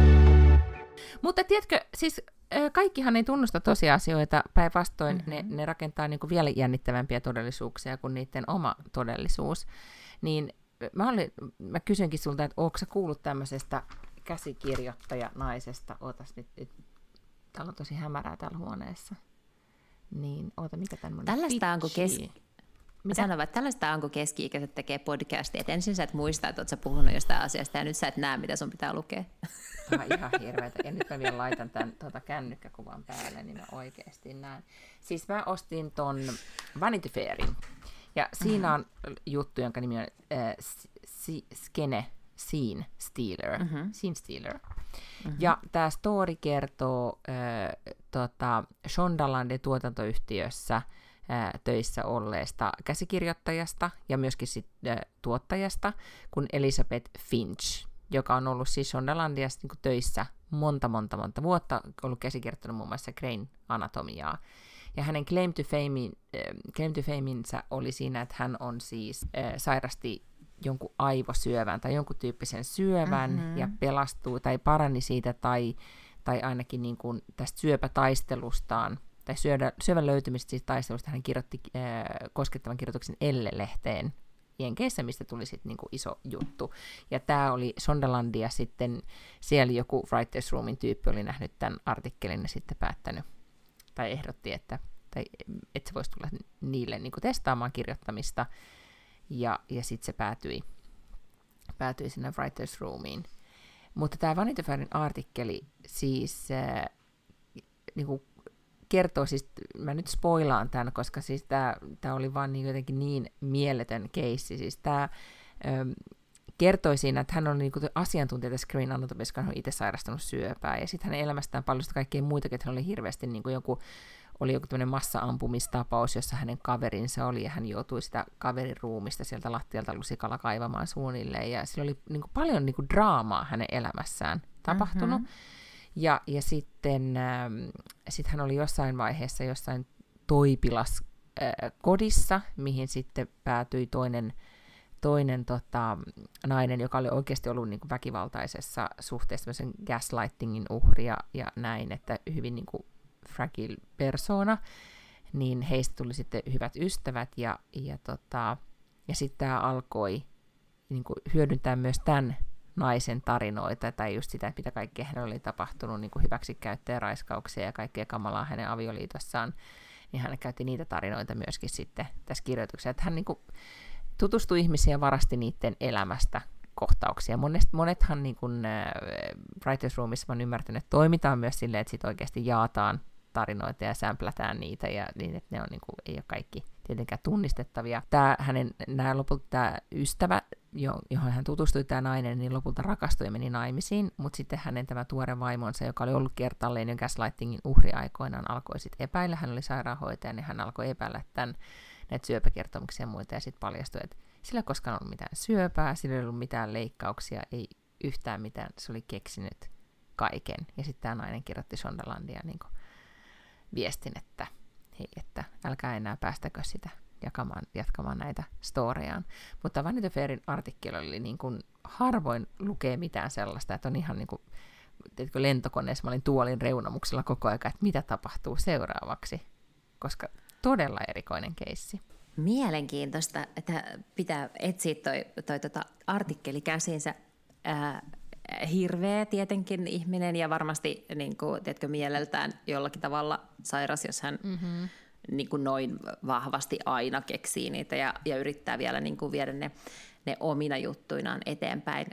Mutta tiedätkö, siis kaikkihan ei tunnusta tosiasioita, päinvastoin mm-hmm. ne, ne rakentaa niin kuin vielä jännittävämpiä todellisuuksia kuin niiden oma todellisuus. Niin mä, olin, mä kysynkin sulta, että ootko sä kuullut tämmöisestä käsikirjoittajanaisesta? Ootas nyt, nyt, täällä on tosi hämärää täällä huoneessa. Niin, oota, mikä tämmöinen
Tällaista on, kun keski... Sanovat, että tällaista on, kun keski-ikäiset tekee podcastia, että ensin sä et muista, että oot sä puhunut jostain asiasta, ja nyt sä et näe, mitä sun pitää lukea.
Tämä on ihan hirveätä. Ja nyt mä vielä laitan tämän tuota kännykkäkuvan päälle, niin mä oikeasti näen. Siis mä ostin ton Vanity Fairin, ja siinä on juttu, jonka nimi on äh, Skene Scene Stealer. Mm-hmm. Scene Stealer. Mm-hmm. Ja tämä story kertoo äh, tota, Shondalandin tuotantoyhtiössä töissä olleesta käsikirjoittajasta ja myöskin sit, äh, tuottajasta, kun Elizabeth Finch, joka on ollut siis Shondalandiassa niin kuin töissä monta, monta, monta vuotta, ollut käsikirjoittanut muun muassa Grain Anatomiaa. Ja hänen claim to, fame, äh, claim to fameinsa oli siinä, että hän on siis äh, sairasti jonkun aivosyövän tai jonkun tyyppisen syövän mm-hmm. ja pelastuu tai parani siitä tai, tai ainakin niin kuin tästä syöpätaistelustaan tai syödä, syövän löytymistä siitä taistelusta hän kirjoitti äh, koskettavan kirjoituksen Elle-lehteen Jenkeissä, mistä tuli sitten niinku iso juttu. Ja tämä oli Shondalandia sitten, siellä joku Writers Roomin tyyppi oli nähnyt tämän artikkelin ja sitten päättänyt, tai ehdotti, että, tai, että se voisi tulla niille niinku testaamaan kirjoittamista, ja, ja sitten se päätyi, päätyi sinne Writers Roomiin. Mutta tämä Vanity Fairin artikkeli siis äh, niinku kertoo, siis mä nyt spoilaan tämän, koska siis tämä oli vaan niin jotenkin niin mieletön keissi. Siis tämä kertoi siinä, että hän on niin kuin asiantuntija tässä Grey's Anatomissa, hän on itse sairastanut syöpää, ja sitten hänen elämästään paljon sitä kaikkea muitakin, että hän oli hirveästi niin kuin joku, oli joku tämmöinen massa-ampumistapaus, jossa hänen kaverinsa oli, ja hän joutui sitä kaverin ruumista sieltä lattialta lusikalla kaivamaan suunnilleen, ja sillä oli niin kuin paljon niin kuin draamaa hänen elämässään tapahtunut, mm-hmm. ja, ja sitten ähm, sit hän oli jossain vaiheessa jossain toipilas äh, kodissa, mihin sitten päätyi toinen toinen tota, nainen, joka oli oikeasti ollut niin kuin väkivaltaisessa suhteessa tämmöisen gaslightingin uhri ja, ja näin, että hyvin niin kuin fragile persona, niin heistä tuli sitten hyvät ystävät, ja, ja, tota, ja sitten tämä alkoi niin kuin hyödyntää myös tämän naisen tarinoita, tai just sitä, mitä kaikkea hänellä oli tapahtunut, niin kuin hyväksikäyttöä ja raiskauksia ja kaikkea kamalaa hänen avioliitossaan, niin hän käytti niitä tarinoita myöskin sitten tässä kirjoituksessa, että hän niin kuin tutustui ihmisiä ja varasti niiden elämästä kohtauksia. Monet, monethan niin kuin, äh, Writers Roomissa mä oon ymmärtänyt, että toimitaan myös silleen, että sit oikeasti jaataan tarinoita ja sämplätään niitä, ja niin, että ne on, niin kuin, ei ole kaikki tietenkään tunnistettavia. Tämä hänen, nämä lopulta tämä ystävä, johon hän tutustui, tämä nainen, niin lopulta rakastui ja meni naimisiin, mutta sitten hänen tämä tuore vaimonsa, joka oli ollut kertaalleen jo gaslightingin uhri aikoinaan, alkoi sitten epäillä. Hän oli sairaanhoitaja, niin hän alkoi epäillä tämän näitä syöpäkertomuksia ja muita, ja sitten paljastui, että sillä ei koskaan ollut mitään syöpää, sillä ei ollut mitään leikkauksia, ei yhtään mitään, se oli keksinyt kaiken. Ja sitten tämä nainen kirjoitti Shondalandia niin viestin, että hei, että älkää enää päästäkö sitä jakamaan, jatkamaan näitä storejaan. Mutta Vanity Fairin artikkeli oli niin kuin, harvoin lukee mitään sellaista, että on ihan niin kuin, teetkö, lentokoneessa, mä olin tuolin reunamuksella koko ajan, että mitä tapahtuu seuraavaksi, koska todella erikoinen keissi.
Mielenkiintoista, että pitää etsiä toi, toi tota artikkeli käsinsä. Ää, hirveä tietenkin ihminen ja varmasti niin kuin, tiedätkö, mieleltään jollakin tavalla sairas, jos hän mm-hmm. niin kuin noin vahvasti aina keksii niitä ja, ja yrittää vielä niin kuin viedä ne, ne omina juttuinaan eteenpäin.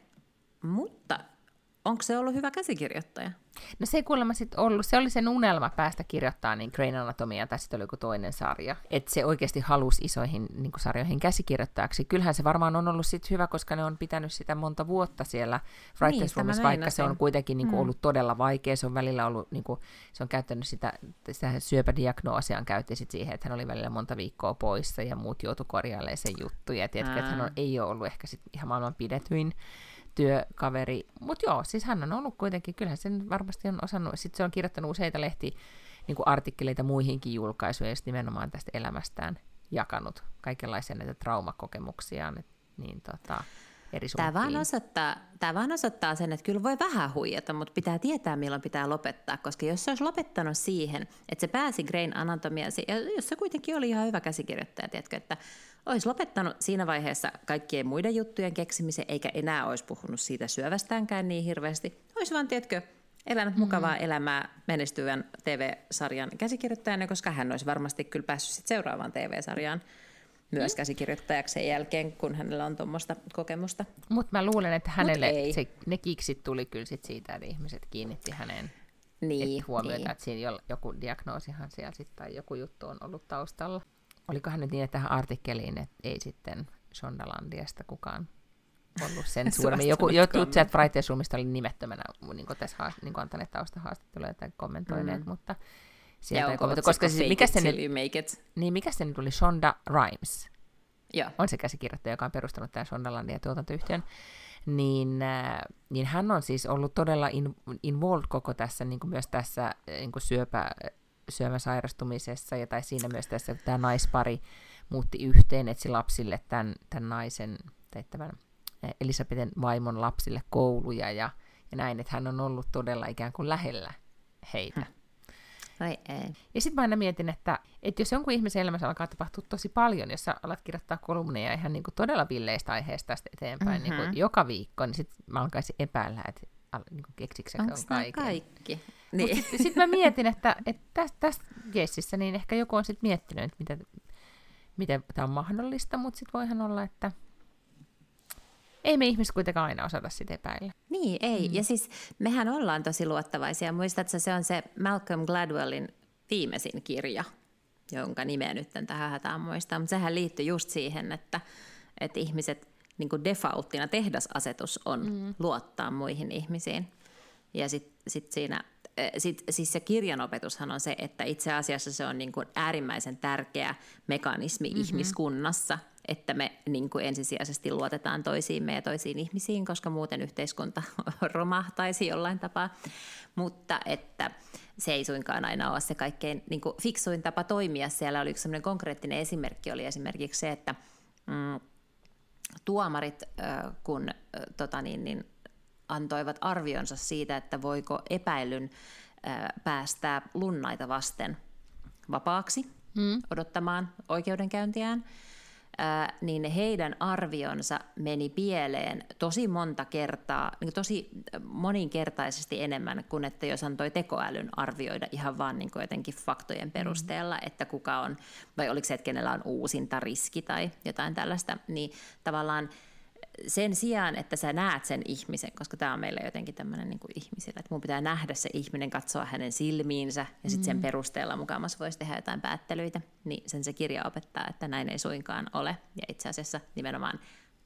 Mutta onko se ollut hyvä käsikirjoittaja?
No se ei kuulemma sitten ollut, se oli sen unelma päästä kirjoittaa niin Grey's Anatomia, tai sitten oli joku toinen sarja. Että se oikeasti halusi isoihin niin kuin sarjoihin käsikirjoittajaksi. Kyllähän se varmaan on ollut sit hyvä, koska ne on pitänyt sitä monta vuotta siellä Writers Roomissa, vaikka se on kuitenkin niin kuin, mm. ollut todella vaikea. Se on välillä ollut, niin kuin, se on käyttänyt sitä, sitä syöpädiagnoosiaan käytti sit siihen, että hän oli välillä monta viikkoa poissa ja muut joutui korjailemaan sen juttuja. Ja tiedätkö, että hän on, ei ole ollut ehkä sit ihan maailman pidetyin työkaveri, mutta joo, siis hän on ollut kuitenkin, kyllähän sen varmasti on osannut, sitten se on kirjoittanut useita lehti niin kuin artikkeleita muihinkin julkaisuja, ja sitten nimenomaan tästä elämästään jakanut kaikenlaisia näitä traumakokemuksiaan, niin tota, eri
tämä vaan, osoittaa, tämä vaan osoittaa sen, että kyllä voi vähän huijata, mutta pitää tietää, milloin pitää lopettaa, koska jos se olisi lopettanut siihen, että se pääsi Grey's Anatomiaan, ja jos se kuitenkin oli ihan hyvä käsikirjoittaja, tiedätkö, että olisi lopettanut siinä vaiheessa kaikkien muiden juttujen keksimisen, eikä enää olisi puhunut siitä syövästäänkään niin hirveästi. Olisi vaan, tiedätkö, elänyt mukavaa mm. elämää menestyvän T V-sarjan käsikirjoittajana, koska hän olisi varmasti kyllä päässyt sit seuraavaan T V-sarjaan myös mm. käsikirjoittajaksi sen jälkeen, kun hänellä on tuommoista kokemusta.
Mutta mä luulen, että hänelle se, ne kiksit tuli kyllä sit siitä, että ihmiset kiinnitti häneen
niin,
huomiota,
niin.
että siinä joku diagnoosihan siellä sit, tai joku juttu on ollut taustalla. Olikohan nyt niin, että tähän artikkeliin että ei sitten Shondalandiasta kukaan ollut sen suuremmin. Joku jotkut sieltä Writers Roomista oli nimettömänä niin tässä haast, niin antaneet taustahaastatteluja tai kommentoineet, mm. mutta sieltä ei kommentoitu. Koska siis, mikä, se nyt, niin, mikä se nyt oli? Shonda Rhimes
ja.
On se käsikirjoittaja, joka on perustanut tämän Shondalandia tuotantoyhtiön. Niin, äh, niin hän on siis ollut todella in, involved koko tässä, niin kuin myös tässä niin kuin syöpä, syövän sairastumisessa, ja tai siinä myös tässä, kun tämä naispari muutti yhteen, etsi lapsille tämän, tämän naisen, tai tämän Elisabetin vaimon lapsille kouluja, ja, ja näin, että hän on ollut todella ikään kuin lähellä heitä. Hmm.
Vai ei.
Ja sitten mä aina mietin, että, että jos jonkun ihmisen elämässä alkaa tapahtua tosi paljon, jos sä alat kirjoittaa kolumneja ihan niin kuin todella villeistä aiheesta tästä eteenpäin mm-hmm. niin kuin joka viikko, niin sitten mä alkaisin epäillä, että niin keksikö se kaiken.
Kaikki?
Niin. Mutta sitten sit mä mietin, että, että tässä, tässä keississä niin ehkä joku on sitten miettinyt, että miten, miten tämä on mahdollista, mutta sitten voihan olla, että ei me ihmiset kuitenkaan aina osata sitä epäillä.
Niin, ei. Mm. Ja siis mehän ollaan tosi luottavaisia. Muistatko, se on se Malcolm Gladwellin viimeisin kirja, jonka nimeä nyt en tähän hätään muistaa. Mutta sehän liittyy just siihen, että, että ihmiset niin kuin defaulttina tehdasasetus on mm. luottaa muihin ihmisiin. Ja sitten sit siinä, sit, siis se kirjanopetushan on se, että itse asiassa se on niin kuin äärimmäisen tärkeä mekanismi mm-hmm. ihmiskunnassa, että me niin kuin ensisijaisesti luotetaan toisiimme ja toisiin ihmisiin, koska muuten yhteiskunta romahtaisi jollain tapaa. Mutta että se ei suinkaan aina ole se kaikkein niin kuin fiksuin tapa toimia. Siellä oli yksi sellainen konkreettinen esimerkki, oli esimerkiksi se, että mm, tuomarit, äh, kun äh, tota niin, niin, antoivat arvionsa siitä, että voiko epäilyn äh, päästää lunnaita vasten vapaaksi mm. odottamaan oikeudenkäyntiään, äh, niin heidän arvionsa meni pieleen tosi monta kertaa, niin tosi moninkertaisesti enemmän kuin että jos antoi tekoälyn arvioida ihan vaan niin kuin jotenkin faktojen perusteella, mm. että kuka on, vai oliko se, että kenellä on uusinta riski tai jotain tällaista, niin tavallaan sen sijaan, että sä näet sen ihmisen, koska tämä on meille jotenkin tämmöinen niin kuin ihmisillä, että mun pitää nähdä se ihminen, katsoa hänen silmiinsä ja sitten sen perusteella mukamas voisi tehdä jotain päättelyitä, niin sen se kirja opettaa, että näin ei suinkaan ole. Ja itse asiassa nimenomaan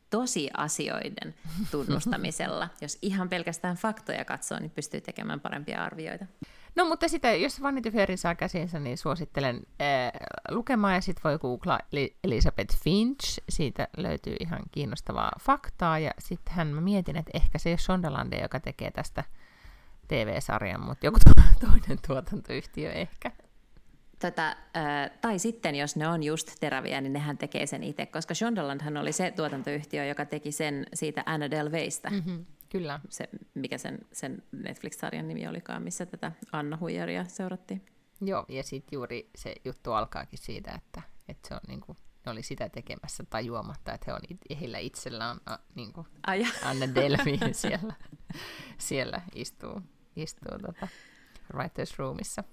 tosiasioiden tunnustamisella, jos ihan pelkästään faktoja katsoo, niin pystyy tekemään parempia arvioita.
No mutta sitä, jos Vanity Fairin saa käsinsä, niin suosittelen äh, lukemaan ja sitten voi googlaa Elizabeth Finch, siitä löytyy ihan kiinnostavaa faktaa ja sittenhän mä mietin, että ehkä se ei ole Shondaland, joka tekee tästä T V-sarjan, mutta joku toinen tuotantoyhtiö ehkä.
Tätä, äh, tai sitten, jos ne on just teräviä, niin nehän tekee sen itse, koska Shondalandhan oli se tuotantoyhtiö, joka teki sen siitä Anna Delveystä.
Mm-hmm, kyllä.
Se, mikä sen, sen Netflix-sarjan nimi olikaan, missä tätä Anna Huijaria seurattiin.
Joo, ja sitten juuri se juttu alkaakin siitä, että, että se on niinku, ne oli sitä tekemässä tajuamatta, että he on, heillä itsellä on a, niinku, Anna Delvey siellä, siellä istuu, istuu tota, writers roomissa.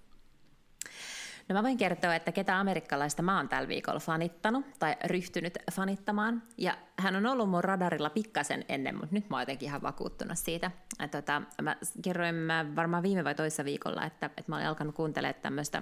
No mä voin kertoa, että ketä amerikkalaista mä oon tällä viikolla fanittanut tai ryhtynyt fanittamaan. Ja hän on ollut mun radarilla pikkasen ennen, mutta nyt mä oon jotenkin ihan vakuuttunut siitä. Tota, mä kerroin mä varmaan viime vai toissa viikolla, että, että mä olin alkanut kuuntelemaan tämmöistä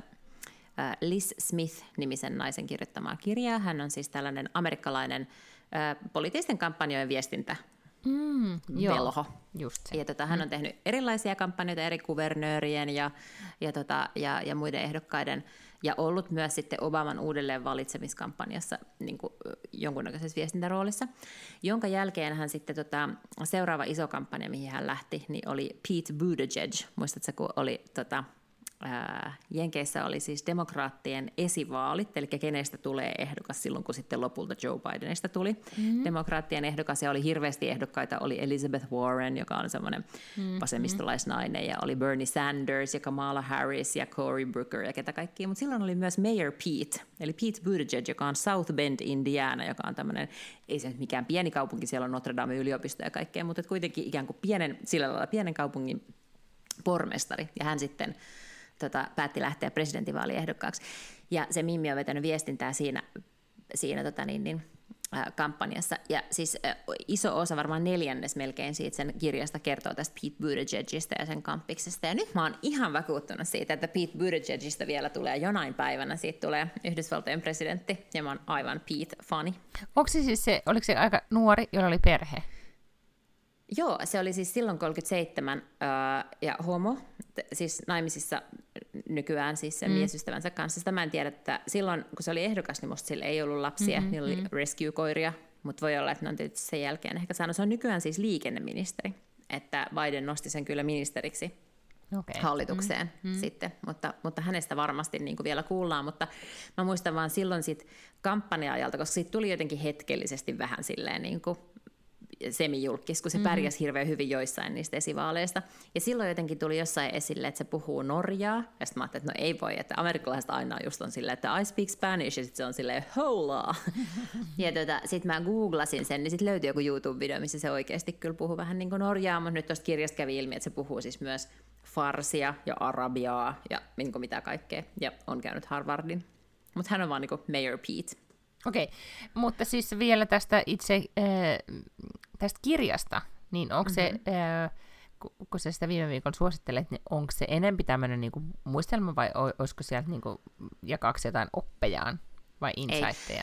Liz Smith-nimisen naisen kirjoittamaa kirjaa. Hän on siis tällainen amerikkalainen äh, poliittisten kampanjojen viestintä.
Mm,
velho.
Just se.
Ja tota, hän on tehnyt erilaisia kampanjoita eri kuvernöörien ja, ja, tota, ja, ja muiden ehdokkaiden, ja ollut myös sitten Obaman uudelleen valitsemiskampanjassa niin kuin jonkunnäköisessä viestintäroolissa, jonka jälkeen hän sitten tota, seuraava iso kampanja, mihin hän lähti, niin oli Pete Buttigieg. Muistatko, kun oli tota, ää, Jenkeissä oli siis demokraattien esivaalit, eli kenestä tulee ehdokas silloin, kun sitten lopulta Joe Bidenista tuli mm-hmm. demokraattien ehdokas, ja oli hirveästi ehdokkaita, oli Elizabeth Warren, joka on semmoinen mm-hmm. vasemmistolaisnainen, ja oli Bernie Sanders, ja Kamala Harris, ja Cory Booker, ja ketä kaikkia, mutta silloin oli myös Mayor Pete, eli Pete Buttigieg, joka on South Bend, Indiana, joka on tämmöinen, ei se nyt mikään pieni kaupunki, siellä on Notre Dame yliopisto ja kaikkea, mutta kuitenkin ikään kuin pienen, sillä lailla pienen kaupungin pormestari, ja hän sitten Tota, päätti lähteä presidentinvaaliehdokkaaksi. Ja se Mimmi on vetänyt viestintää siinä, siinä tota niin, niin, äh, kampanjassa. Ja siis äh, iso osa, varmaan neljännes melkein siitä sen kirjasta kertoo tästä Pete Buttigiegistä ja sen kamppiksesta. Ja nyt mä oon ihan vakuuttunut siitä, että Pete Buttigiegistä vielä tulee jonain päivänä. Siitä tulee Yhdysvaltojen presidentti, ja mä oon aivan Pete-fani.
Onko se siis se, oliko se aika nuori, jolla oli perhe?
Joo, se oli siis silloin kolmekymmentäseitsemän ää, ja homo, t- siis naimisissa nykyään siis sen mm. miesystävänsä kanssa. Sitä mä en tiedä, että silloin kun se oli ehdokas, niin musta sillä ei ollut lapsia, mm-hmm, niillä oli mm. rescue-koiria, mutta voi olla, että ne on tietysti sen jälkeen ehkä saanut. Se on nykyään siis liikenneministeri, että Biden nosti sen kyllä ministeriksi okay. hallitukseen mm. Mm. sitten, mutta, mutta hänestä varmasti niin kuin vielä kuullaan, mutta mä muistan vaan silloin sit kampanja-ajalta, koska siitä tuli jotenkin hetkellisesti vähän silleen niin kuin semijulkis, kun se pärjäsi hirveän hyvin joissain niistä esivaaleista. Ja silloin jotenkin tuli jossain esille, että se puhuu norjaa. Ja sitten mä ajattelin, että no ei voi, että amerikkalaiset aina just on silleen, että I speak Spanish, ja sitten se on silleen, hola. Ja tota, sitten mä googlasin sen, niin sitten löytyi joku YouTube-video, missä se oikeasti kyllä puhuu vähän niin kuin norjaa, mutta nyt tuosta kirjasta kävi ilmi, että se puhuu siis myös farsia ja arabiaa ja niin kuin mitä kaikkea. Ja on käynyt Harvardin. Mutta hän on vaan niin kuin Mayor Pete.
Okei, okay. Mutta siis vielä tästä itse äh, tästä kirjasta, niin onko mm-hmm. se, äh, kun sä sitä viime viikon suosittelet, niin onko se enemmän tämmöinen niinku muistelma vai olisiko sieltä niinku jakaksi jotain oppejaan vai insightteja?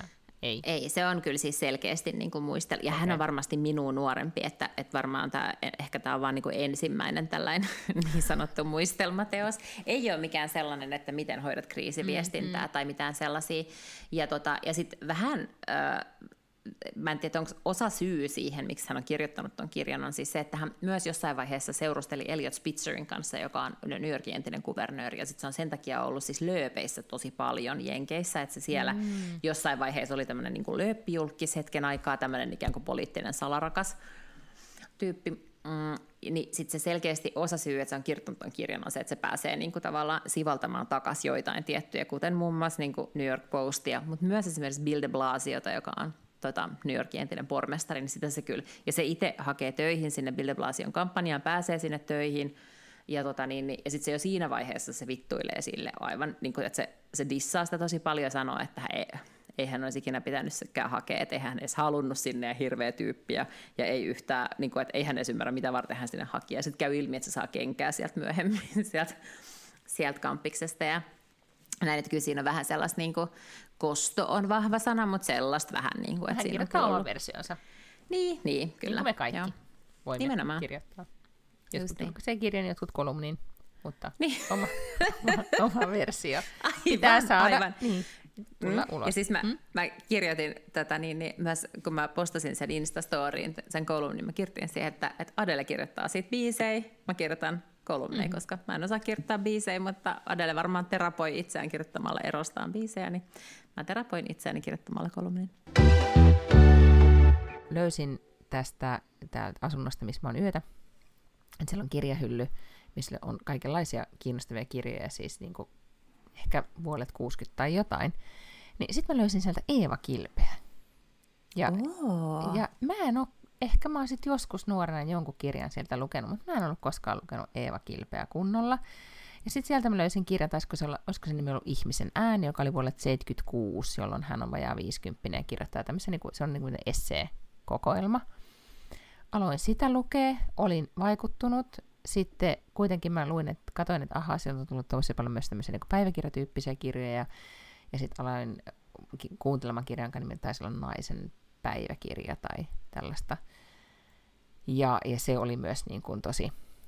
ei.
Ei, se on kyllä siis selkeästi niin kuin muistel... Ja okay. hän on varmasti minua nuorempi, että, että varmaan tämä, ehkä tämä on vaan niin kuin ensimmäinen tällainen niin sanottu muistelmateos. Ei ole mikään sellainen, että miten hoidat kriisiviestintää mm-hmm. tai mitään sellaisia. Ja, tota, ja sitten vähän... Äh, mä en tiedä, onko osa syy siihen, miksi hän on kirjoittanut tuon kirjan, on siis se, että hän myös jossain vaiheessa seurusteli Eliot Spitzerin kanssa, joka on New Yorkin entinen kuvernööri, ja sitten se on sen takia ollut siis lööpeissä tosi paljon Jenkeissä, että se siellä mm. jossain vaiheessa oli tämmöinen niin kuin lööppijulkkis hetken aikaa, tämmöinen ikään kuin poliittinen salarakas tyyppi, mm, niin sitten se selkeästi osa syy, että se on kirjoittanut tuon kirjan, on se, että se pääsee niin kuin tavallaan sivaltamaan takaisin joitain tiettyjä, kuten muun muassa niin kuin New York Postia, mutta myös esimerkiksi Bill de Blasiota, joka on Tota, New Yorkin entinen pormestari, niin sitä se kyllä. Ja se itse hakee töihin sinne Bill de Blasion kampanjaan, pääsee sinne töihin, ja, tota, niin, ja sitten se jo siinä vaiheessa se vittuilee sille aivan, niin kuin, että se, se dissaa sitä tosi paljon ja sanoo, että ei, ei hän olisi ikinä pitänyt sekään hakea, että ei hän edes halunnut sinne ja hirveä tyyppiä, ja ei yhtään, niin kuin, että ei hän edes ymmärrä, mitä varten hän sinne haki. Ja sitten käy ilmi, että se saa kenkää sieltä myöhemmin, sieltä, sieltä kampiksesta, ja näin, että kyllä siinä on vähän sellaista, niin kuin, kosto on vahva sana, mutta sellaista vähän niin kuin, että
hän
siinä
kirjoittaa
on
oman
ollut...
versionsa.
Niin, niin, kyllä.
Niin me kaikki
Joo.
voimme
Nimenomaan.
kirjoittaa. Jotkut
Justiin.
se kirjan, jotkut kolumnin, mutta
niin.
oma, oma, oma versio
aivan,
pitää saada
aivan.
Niin, tulla
mm.
ulos.
Ja siis mä,
mm?
mä kirjoitin tätä, niin, niin myös kun mä postasin sen Instastoriin, sen kolumnin, niin mä kirjoitin siihen, että, että Adele kirjoittaa siitä biisejä, mä kirjoitan kolumneja, mm-hmm. koska mä en osaa kirjoittaa biisejä, mutta Adele varmaan terapoi itseään kirjoittamalla erostaan biisejä, niin mä terapoin itseäni kirjoittamalla kolumnin.
Löysin tästä täältä asunnosta, missä mä oon yötä, että siellä on kirjahylly, missä on kaikenlaisia kiinnostavia kirjoja, siis niin kuin ehkä vuodet kuusikymmentä tai jotain. Niin sitten mä löysin sieltä Eeva Kilpeä. Ja,
oh.
ja mä en ole, ehkä mä oon sit joskus nuorena jonkun kirjan sieltä lukenut, mutta mä en ollut koskaan lukenut Eeva Kilpeä kunnolla. Ja sitten sieltä mä löysin kirjan, taisiko se olla, olisiko se nimi ollut Ihmisen ääni, joka oli vuodelta seitsemänkymmentäkuusi, jolloin hän on vajaa viisikymppinen ja kirjoittaa tämmöisen, niin kuin, se on niin kuin essee-kokoelma. Aloin sitä lukea, olin vaikuttunut. Sitten kuitenkin mä luin, että katsoin, että ahaa, sieltä on tullut tosi paljon myös tämmöisiä niin kuin päiväkirjatyyppisiä kirjoja. Ja sitten aloin kuuntelemaan kirjan, joka nimeltä taisi olla Naisen päiväkirja tai tällaista. Ja, ja se oli myös niin kuin tosi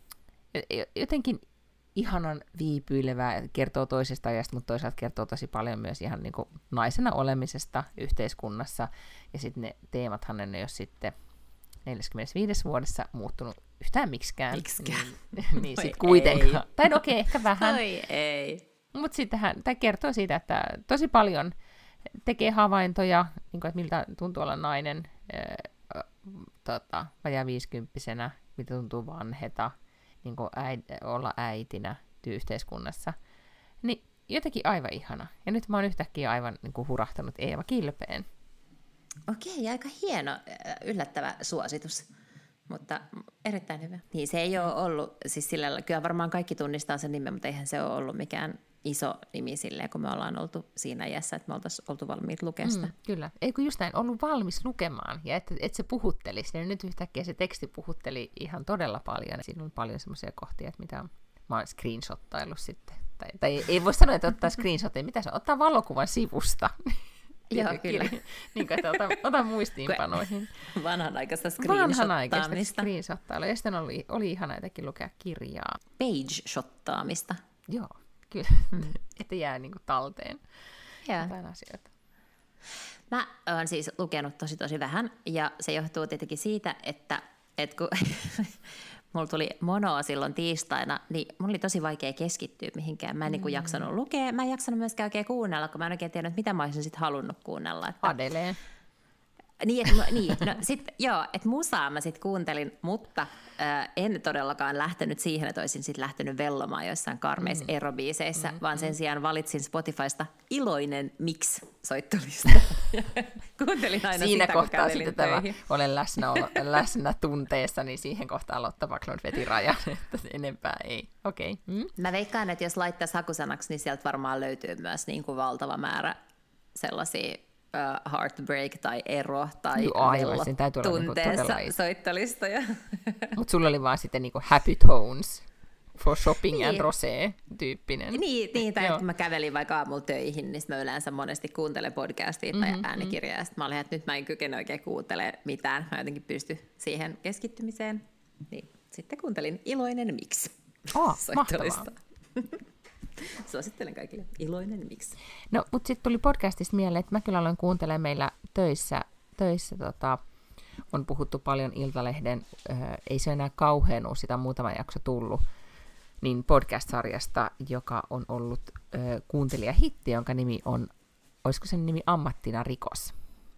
jotenkin ihanan viipyilevää, kertoo toisesta ajasta, mutta toisaalta kertoo tosi paljon myös ihan niin kuin naisena olemisesta yhteiskunnassa. Ja sitten ne teemathan en ole sitten neljässäkymmenessäviidessä vuodessa muuttunut yhtään miksikään.
Miksikään.
Niin, niin sitten kuitenkaan. Ei. Tai okei, okay, ehkä vähän.
Oi ei.
Mutta sittenhän tämä kertoo siitä, että tosi paljon tekee havaintoja, niin kuin, että miltä tuntuu olla nainen äh, tota, vajaa viisikymppisenä, miltä tuntuu vanheta, niin kuin äid, olla äitinä yhteiskunnassa. Niin jotenkin aivan ihana. Ja nyt mä oon yhtäkkiä aivan niin kuin hurahtanut Eeva Kilpeen.
Okei, aika hieno, yllättävä suositus, mutta erittäin hyvä. Niin se ei ole ollut, siis sillä, kyllä varmaan kaikki tunnistaa sen nimen, mutta eihän se ole ollut mikään iso nimi silleen, kun me ollaan oltu siinä iässä, että me oltaisiin oltu valmiit lukemaan sitä. Mm,
kyllä, ei kun just näin, ollut valmis lukemaan, ja että et se puhuttelisi, niin nyt yhtäkkiä se teksti puhutteli ihan todella paljon. Siinä on paljon semmoisia kohtia, että mitä mä oon screenshottaillut sitten, tai, tai ei voi sanoa, että ottaa screenshotteja, mitä se on, ottaa valokuvan sivusta.
Joo, kyllä.
Niin kuin, että ota, ota muistiinpanoihin.
Vanhanaikaista screenshottaamista.
Vanhanaikaista screenshottailua. Ja sitten oli, oli ihana jotenkin lukea kirjaa.
Page-shottaamista.
Joo, kyllä. Mm. Että jää niin kuin talteen jotain asioita.
Mä oon siis lukenut tosi tosi vähän, ja se johtuu tietenkin siitä, että, että kun mulla tuli monoa silloin tiistaina, niin mulla oli tosi vaikea keskittyä mihinkään. Mä en mm. niin jaksanut lukea, mä en jaksanut myöskään oikein kuunnella, kun mä en oikein tiennyt, mitä mä olisin sit halunnut kuunnella. Että...
Adeleen.
Niin, et, niin no, sit, joo, että musaa mä sitten kuuntelin, mutta äh, en todellakaan lähtenyt siihen, että olisin sitten lähtenyt vellomaan joissain karmeissa mm. erobiiseissä, mm, vaan sen mm. sijaan valitsin Spotifysta Iloinen Mix-soittolista. Kuuntelin aina
siinä
sitä,
kohtaa sitten tämä olen läsnä, läsnä tunteessa, niin siihen kohtaan Lotta Backlund veti rajan, että enempää ei. Okei. Okay. Mm.
Mä veikkaan, että jos laittaisi hakusanaksi, niin sieltä varmaan löytyy myös niin kuin valtava määrä sellaisia Uh, heartbreak tai ero tai vello tunteessa
niinku
soittolistoja.
Mutta sulla oli vaan sitten niinku happy tones. for shopping and
Niin.
rosé-tyyppinen.
Niin, niin tai
Joo.
että mä kävelin vaikka aamulla töihin, niin mä yleensä monesti kuuntelen podcastia tai
Mhm,
äänikirjaa. Sitten mä olin, että nyt mä en kykene oikein kuuntelemaan mitään. Mä jotenkin pysty siihen keskittymiseen. Niin sitten kuuntelin Iloinen miksi.
Oh,
soittolista.
mahtavaa.
Suosittelen kaikille Iloinen miksi.
No, mutta sitten tuli podcastista mieleen, että mä kyllä aloin kuuntelemaan meillä töissä, töissä tota, on puhuttu paljon Iltalehden, äh, ei se enää kauhean ole, sitä on muutama jakso tullut, niin podcast-sarjasta, joka on ollut äh, kuuntelijahitti, jonka nimi on, olisiko sen nimi Ammattina rikos.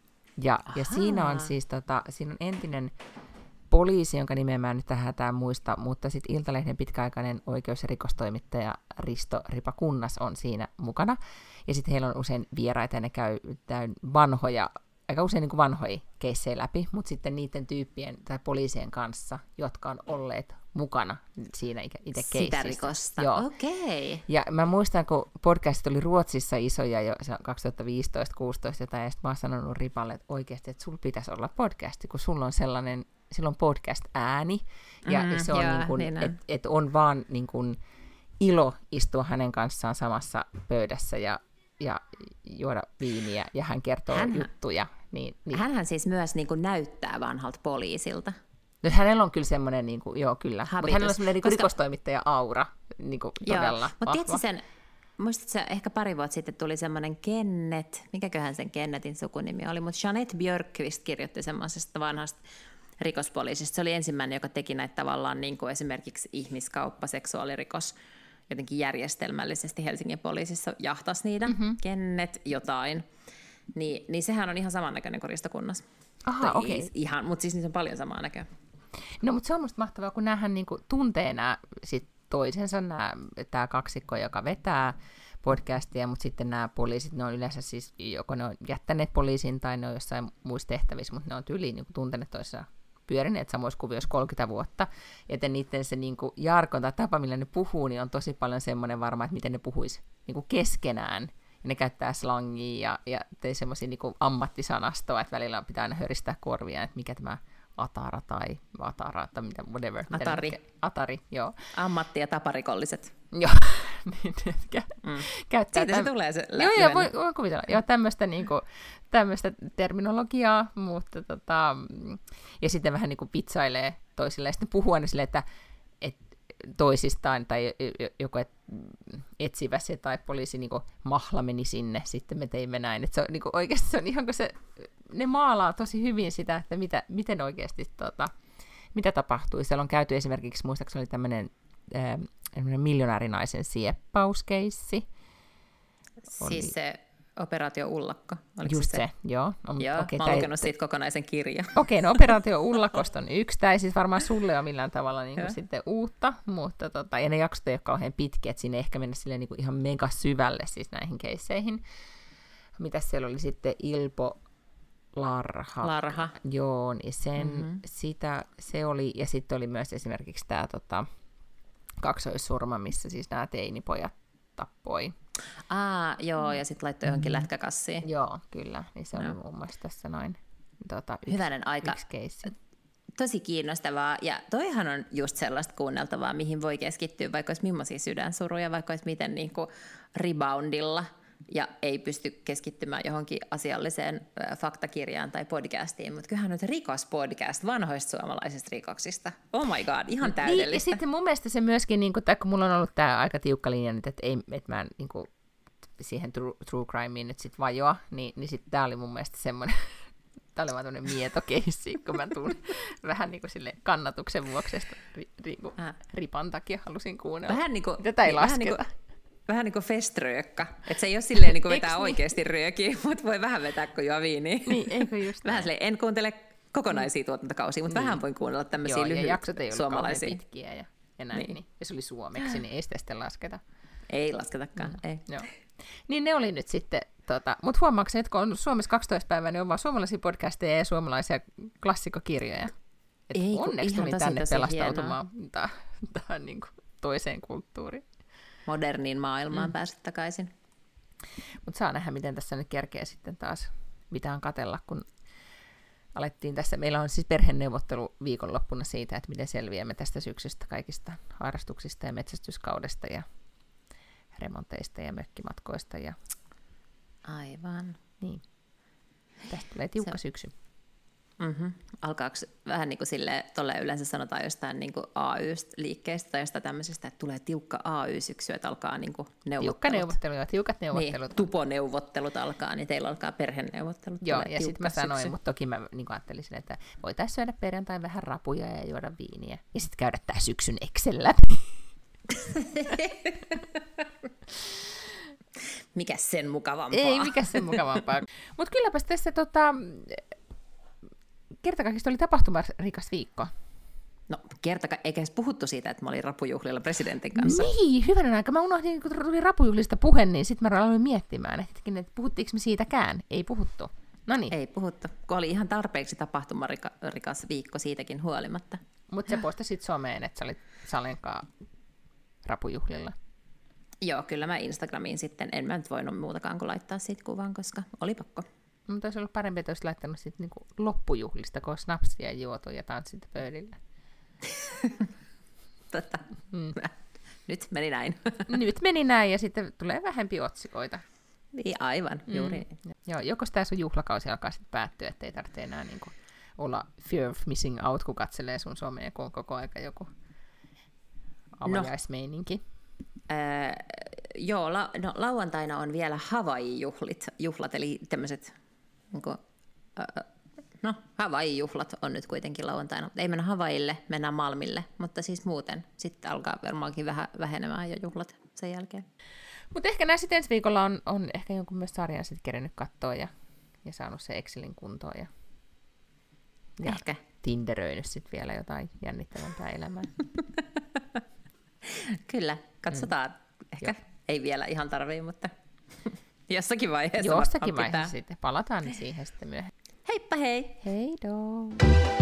Ja, ja siinä on siis, tota, siinä on entinen poliisi, jonka nimeä mä en nyt tähän hätään muista, mutta sitten Iltalehden pitkäaikainen oikeus- ja rikostoimittaja Risto Ripakunnas on siinä mukana. Ja sitten heillä on usein vieraita ja ne käy täyn vanhoja, aika usein niin kuin vanhoja keissejä läpi, mutta sitten niiden tyyppien tai poliisien kanssa, jotka on olleet mukana siinä itse keississä.
Sitä rikosta,
Joo.
okei. Okay.
Ja mä muistan, kun podcastit oli Ruotsissa isoja jo kaksituhattaviisitoista kuusitoista jotain, ja sitten mä oon sanonut Ripalle, että oikeasti, että sulla pitäisi olla podcasti, kun sulla on sellainen, sillä on podcast-ääni, ja
Mm,
se on
joo,
niin kuin,
niin on.
että et on vaan niin kuin ilo istua hänen kanssaan samassa pöydässä ja, ja juoda viiniä, ja hän kertoo
Hän-
juttuja. Niin, niin.
Hänhän siis myös niin kuin näyttää vanhalta poliisilta.
No, hänellä on kyllä semmoinen, niin kuin, joo kyllä, mutta
Habitus.
hänellä on semmoinen
Koska-
rikostoimittaja-aura, niin kuin todella
Mutta
vahva.
tiedätkö sen, muistatko sä, ehkä pari vuotta sitten tuli semmoinen Kenneth, mikäköhän sen Kennethin sukunimi oli, mutta Jeanette Björkqvist kirjoitti semmoisesta vanhasta rikospoliisista. Se oli ensimmäinen, joka teki näitä tavallaan niin kuin esimerkiksi ihmiskauppa, seksuaalirikos, jotenkin järjestelmällisesti Helsingin poliisissa jahtasi niitä, mm-hmm. Kenneth jotain. Niin, niin sehän on ihan samannäköinen kuin Risto Kunnas.
Aha,
Tai
okei.
ei ihan, mutta siis niissä on paljon samaa näköä.
No, mutta se on musta mahtavaa, kun näähän niinku tuntee nämä sit toisensa, tämä kaksikko, joka vetää podcastia, mutta sitten nämä poliisit, ne on yleensä siis, joko ne on jättäneet poliisin tai ne on jossain muissa tehtävissä, mutta ne on tyyliin niinku tunteneet toisessa pyörineet samoissa kuvioissa kolmekymmentä vuotta, joten niiden se niinku jargon tai tapa, millä ne puhuu, niin on tosi paljon semmoinen varma, että miten ne puhuisi niinku keskenään. Ja ne käyttää slangia ja, ja tei semmoisia niinku ammattisanastoa, että välillä pitää aina höristää korvia, että mikä tämä atara tai atara tai mitä, whatever. mitä
Atari.
ne- Atari, joo.
Ammatti- ja taparikolliset.
Joo, niin, etkä
Mm.
käyttää
Siitä se
täm-
tulee se
Joo, joo,
lyhenne.
voi, voi kuvitella. Joo, tämmöistä niinku, tämmöistä terminologiaa, mutta tota, mm, ja sitten vähän niinku pitsailee toisille, ja sitten puhuu aina silleen, että et toisistaan, tai joku et, etsivä se tai poliisi niinku, mahla meni sinne, sitten me teimme näin. Et se on, niinku, oikeasti se on ihan kuin se, ne maalaa tosi hyvin sitä, että mitä, miten oikeasti, tota, mitä tapahtui. Siellä on käyty esimerkiksi, muistaakseni oli tämmöinen miljonäärinaisen sieppauskeissi.
Siis se operaatio Ullakko. Oliko
Just
se,
se, joo. On,
Joo,
okei,
mä
tää
oon
ei-
lukenut siitä kokonaisen kirjan.
Okei, no operaatio Ullakosta on yksi. Tämä ei siis varmaan sulle ole millään tavalla niin
Joo.
kuin sitten uutta, mutta tota, ja ne jaksot ei ole kauhean pitkiä, että siinä ei ehkä mennä silleen niin kuin ihan mega syvälle siis näihin keisseihin. Mitäs siellä oli sitten Ilpo Larha.
Larha.
Joo, niin sen,
Mhm.
sitä, se oli, ja sitten oli myös esimerkiksi tämä tota, kaksoissurma, missä siis nämä teinipojat tappoi.
Aa, joo, ja sitten laittoi johonkin lätkäkassiin.
Joo, kyllä, niin se oli
Joo.
muun muassa tässä noin tota, yksi,
Hyvänen aika.
yksi keissi.
Tosi kiinnostavaa, ja toihan on just sellaista kuunneltavaa, mihin voi keskittyä, vaikka olisi millaisia sydänsuruja, vaikka olisi miten niin kuin reboundilla, ja ei pysty keskittymään johonkin asialliseen äh, faktakirjaan tai podcastiin, mutta kyllähän nyt rikospodcast vanhoista suomalaisista rikoksista. Oh my god, ihan
Niin, ja
täydellistä.
sitten mun mielestä se myöskin, niin kun, tai kun mulla on ollut tämä aika tiukka linja nyt, että, ei, että mä en niin kun, siihen true, true crimeen nyt sit vajoa, niin, niin sitten tämä oli mun mielestä semmoinen, tämä oli vaan tämmöinen mietokeissi, kun mä tuun vähän niin kuin sille kannatuksen vuoksi, että ri, ri, niin
Äh.
ripan takia halusin kuunnella.
Vähän niin kuin,
Tätä ei
vähän
lasketa.
niin kuin, vähän niin kuin feströökkä. Että se ei ole silleen niin kuin
Eiks
vetää
niin?
oikeasti röökiä, mutta voi vähän vetää, kun juo viiniä.
Niin, eikö just
Vähän
näin?
silleen, en kuuntele kokonaisia tuotantokausia, mutta
Niin.
vähän voin kuunnella tämmöisiä
Joo, ja
lyhyitä
jaksot ei ollut kauhean
suomalaisia.
pitkiä ja, ja näin, niin.
Niin.
niin. Jos oli suomeksi, niin ei sitä sitten lasketa.
Ei lasketakaan, mm. ei.
Joo. Niin ne oli nyt sitten, tota, mutta huomaatko, että kun on Suomessa kaksitoista päivää, niin on vaan suomalaisia podcasteja ja suomalaisia klassikokirjoja. Et
Ei, kun
onneksi
ihan
tuli
tosi,
tänne
tosi
pelastautumaan tähän, tähän niin kuin toiseen kulttuuriin.
Moderniin maailmaan mm. pääset takaisin.
Mutta saa nähdä, miten tässä nyt kerkee sitten taas mitään katella, kun alettiin tässä, meillä on siis perheneuvottelu viikonloppuna siitä, että miten selviämme tästä syksystä kaikista harrastuksista ja metsästyskaudesta ja remonteista ja mökkimatkoista. Ja...
Aivan.
Niin. Tästä tulee tiukka Se... syksy.
Mm-hmm. Alkaako vähän niin kuin silleen, tolleen yleensä sanotaan jostain niin kuin A Y-liikkeestä tai jostain tämmöisestä, että tulee tiukka A Y-syksy, että alkaa niin kuin neuvottelut.
Tiukka neuvottelu ja tiukat neuvottelut.
Niin, tuponeuvottelut alkaa, niin teillä alkaa perheneuvottelut.
Joo, ja sitten mä sanoin, syksy. Mutta toki mä niin kuin ajattelin sille, että voitaisiin syödä perjantai vähän rapuja ja juoda viiniä. Ja sitten käydä tää syksyn Excel läpi.
Mikäs sen mukavampaa?
Ei, mikäs sen mukavampaa. Mutta kylläpäs tässä tota... kertakaikkisesti oli tapahtumarikas viikko.
No kertakaan, eikä edes puhuttu siitä, että mä olin rapujuhlilla presidentin kanssa.
Niin, hyvänen aika. Mä unohdin, kun tuli rapujuhlista puhe, niin sitten mä aloin miettimään, että, että puhuttiinko me siitäkään. Ei puhuttu. Noniin.
Ei puhuttu, kun oli ihan tarpeeksi tapahtumarikas viikko siitäkin huolimatta.
Mutta sä postasit someen, että sä olit Salenkaan rapujuhlilla.
Joo, kyllä mä Instagramiin sitten, en mä nyt voinut muutakaan kuin laittaa siitä kuvan, koska oli pakko.
Mutta olisi ollut parempi, että olisit laittanut sit niinku loppujuhlista, kun snapsia juotu ja tanssit pöydillä.
Totta. Mm. Nyt meni näin.
Nyt meni näin ja sitten tulee vähempi otsikoita.
Niin, aivan, juuri.
Mm. Joo, joko tämä sun juhlakausi alkaa sitten päättyä, ettei tarvitse enää niinku olla fear of missing out, kun katselee sun somea, kun on koko aika joku avajaismeininki.
No. Äh, joo, la- no, lauantaina on vielä Hawaii-juhlit, juhlat, eli tämmöiset, niin äh, no Hawaii-juhlat on nyt kuitenkin lauantaina. Ei mennä Havaille, mennään Malmille, mutta siis muuten sitten alkaa varmaankin vähän vähenemään jo juhlat sen jälkeen.
Mutta ehkä näin sitten ensi viikolla on, on ehkä jonkun myös sarjan sitten kerennyt katsoa ja, ja saanut se Excelin kuntoon ja, ja
ehkä
tinderöinyt sitten vielä jotain jännittävämpää elämää.
Kyllä, katsotaan. Mm. Ehkä Joo. Ei vielä ihan tarvii, mutta jossakin vaiheessa
Jossakin vaiheessa sitten. Palataan siihen sitten myöhemmin.
Heippa hei!
Heidoo!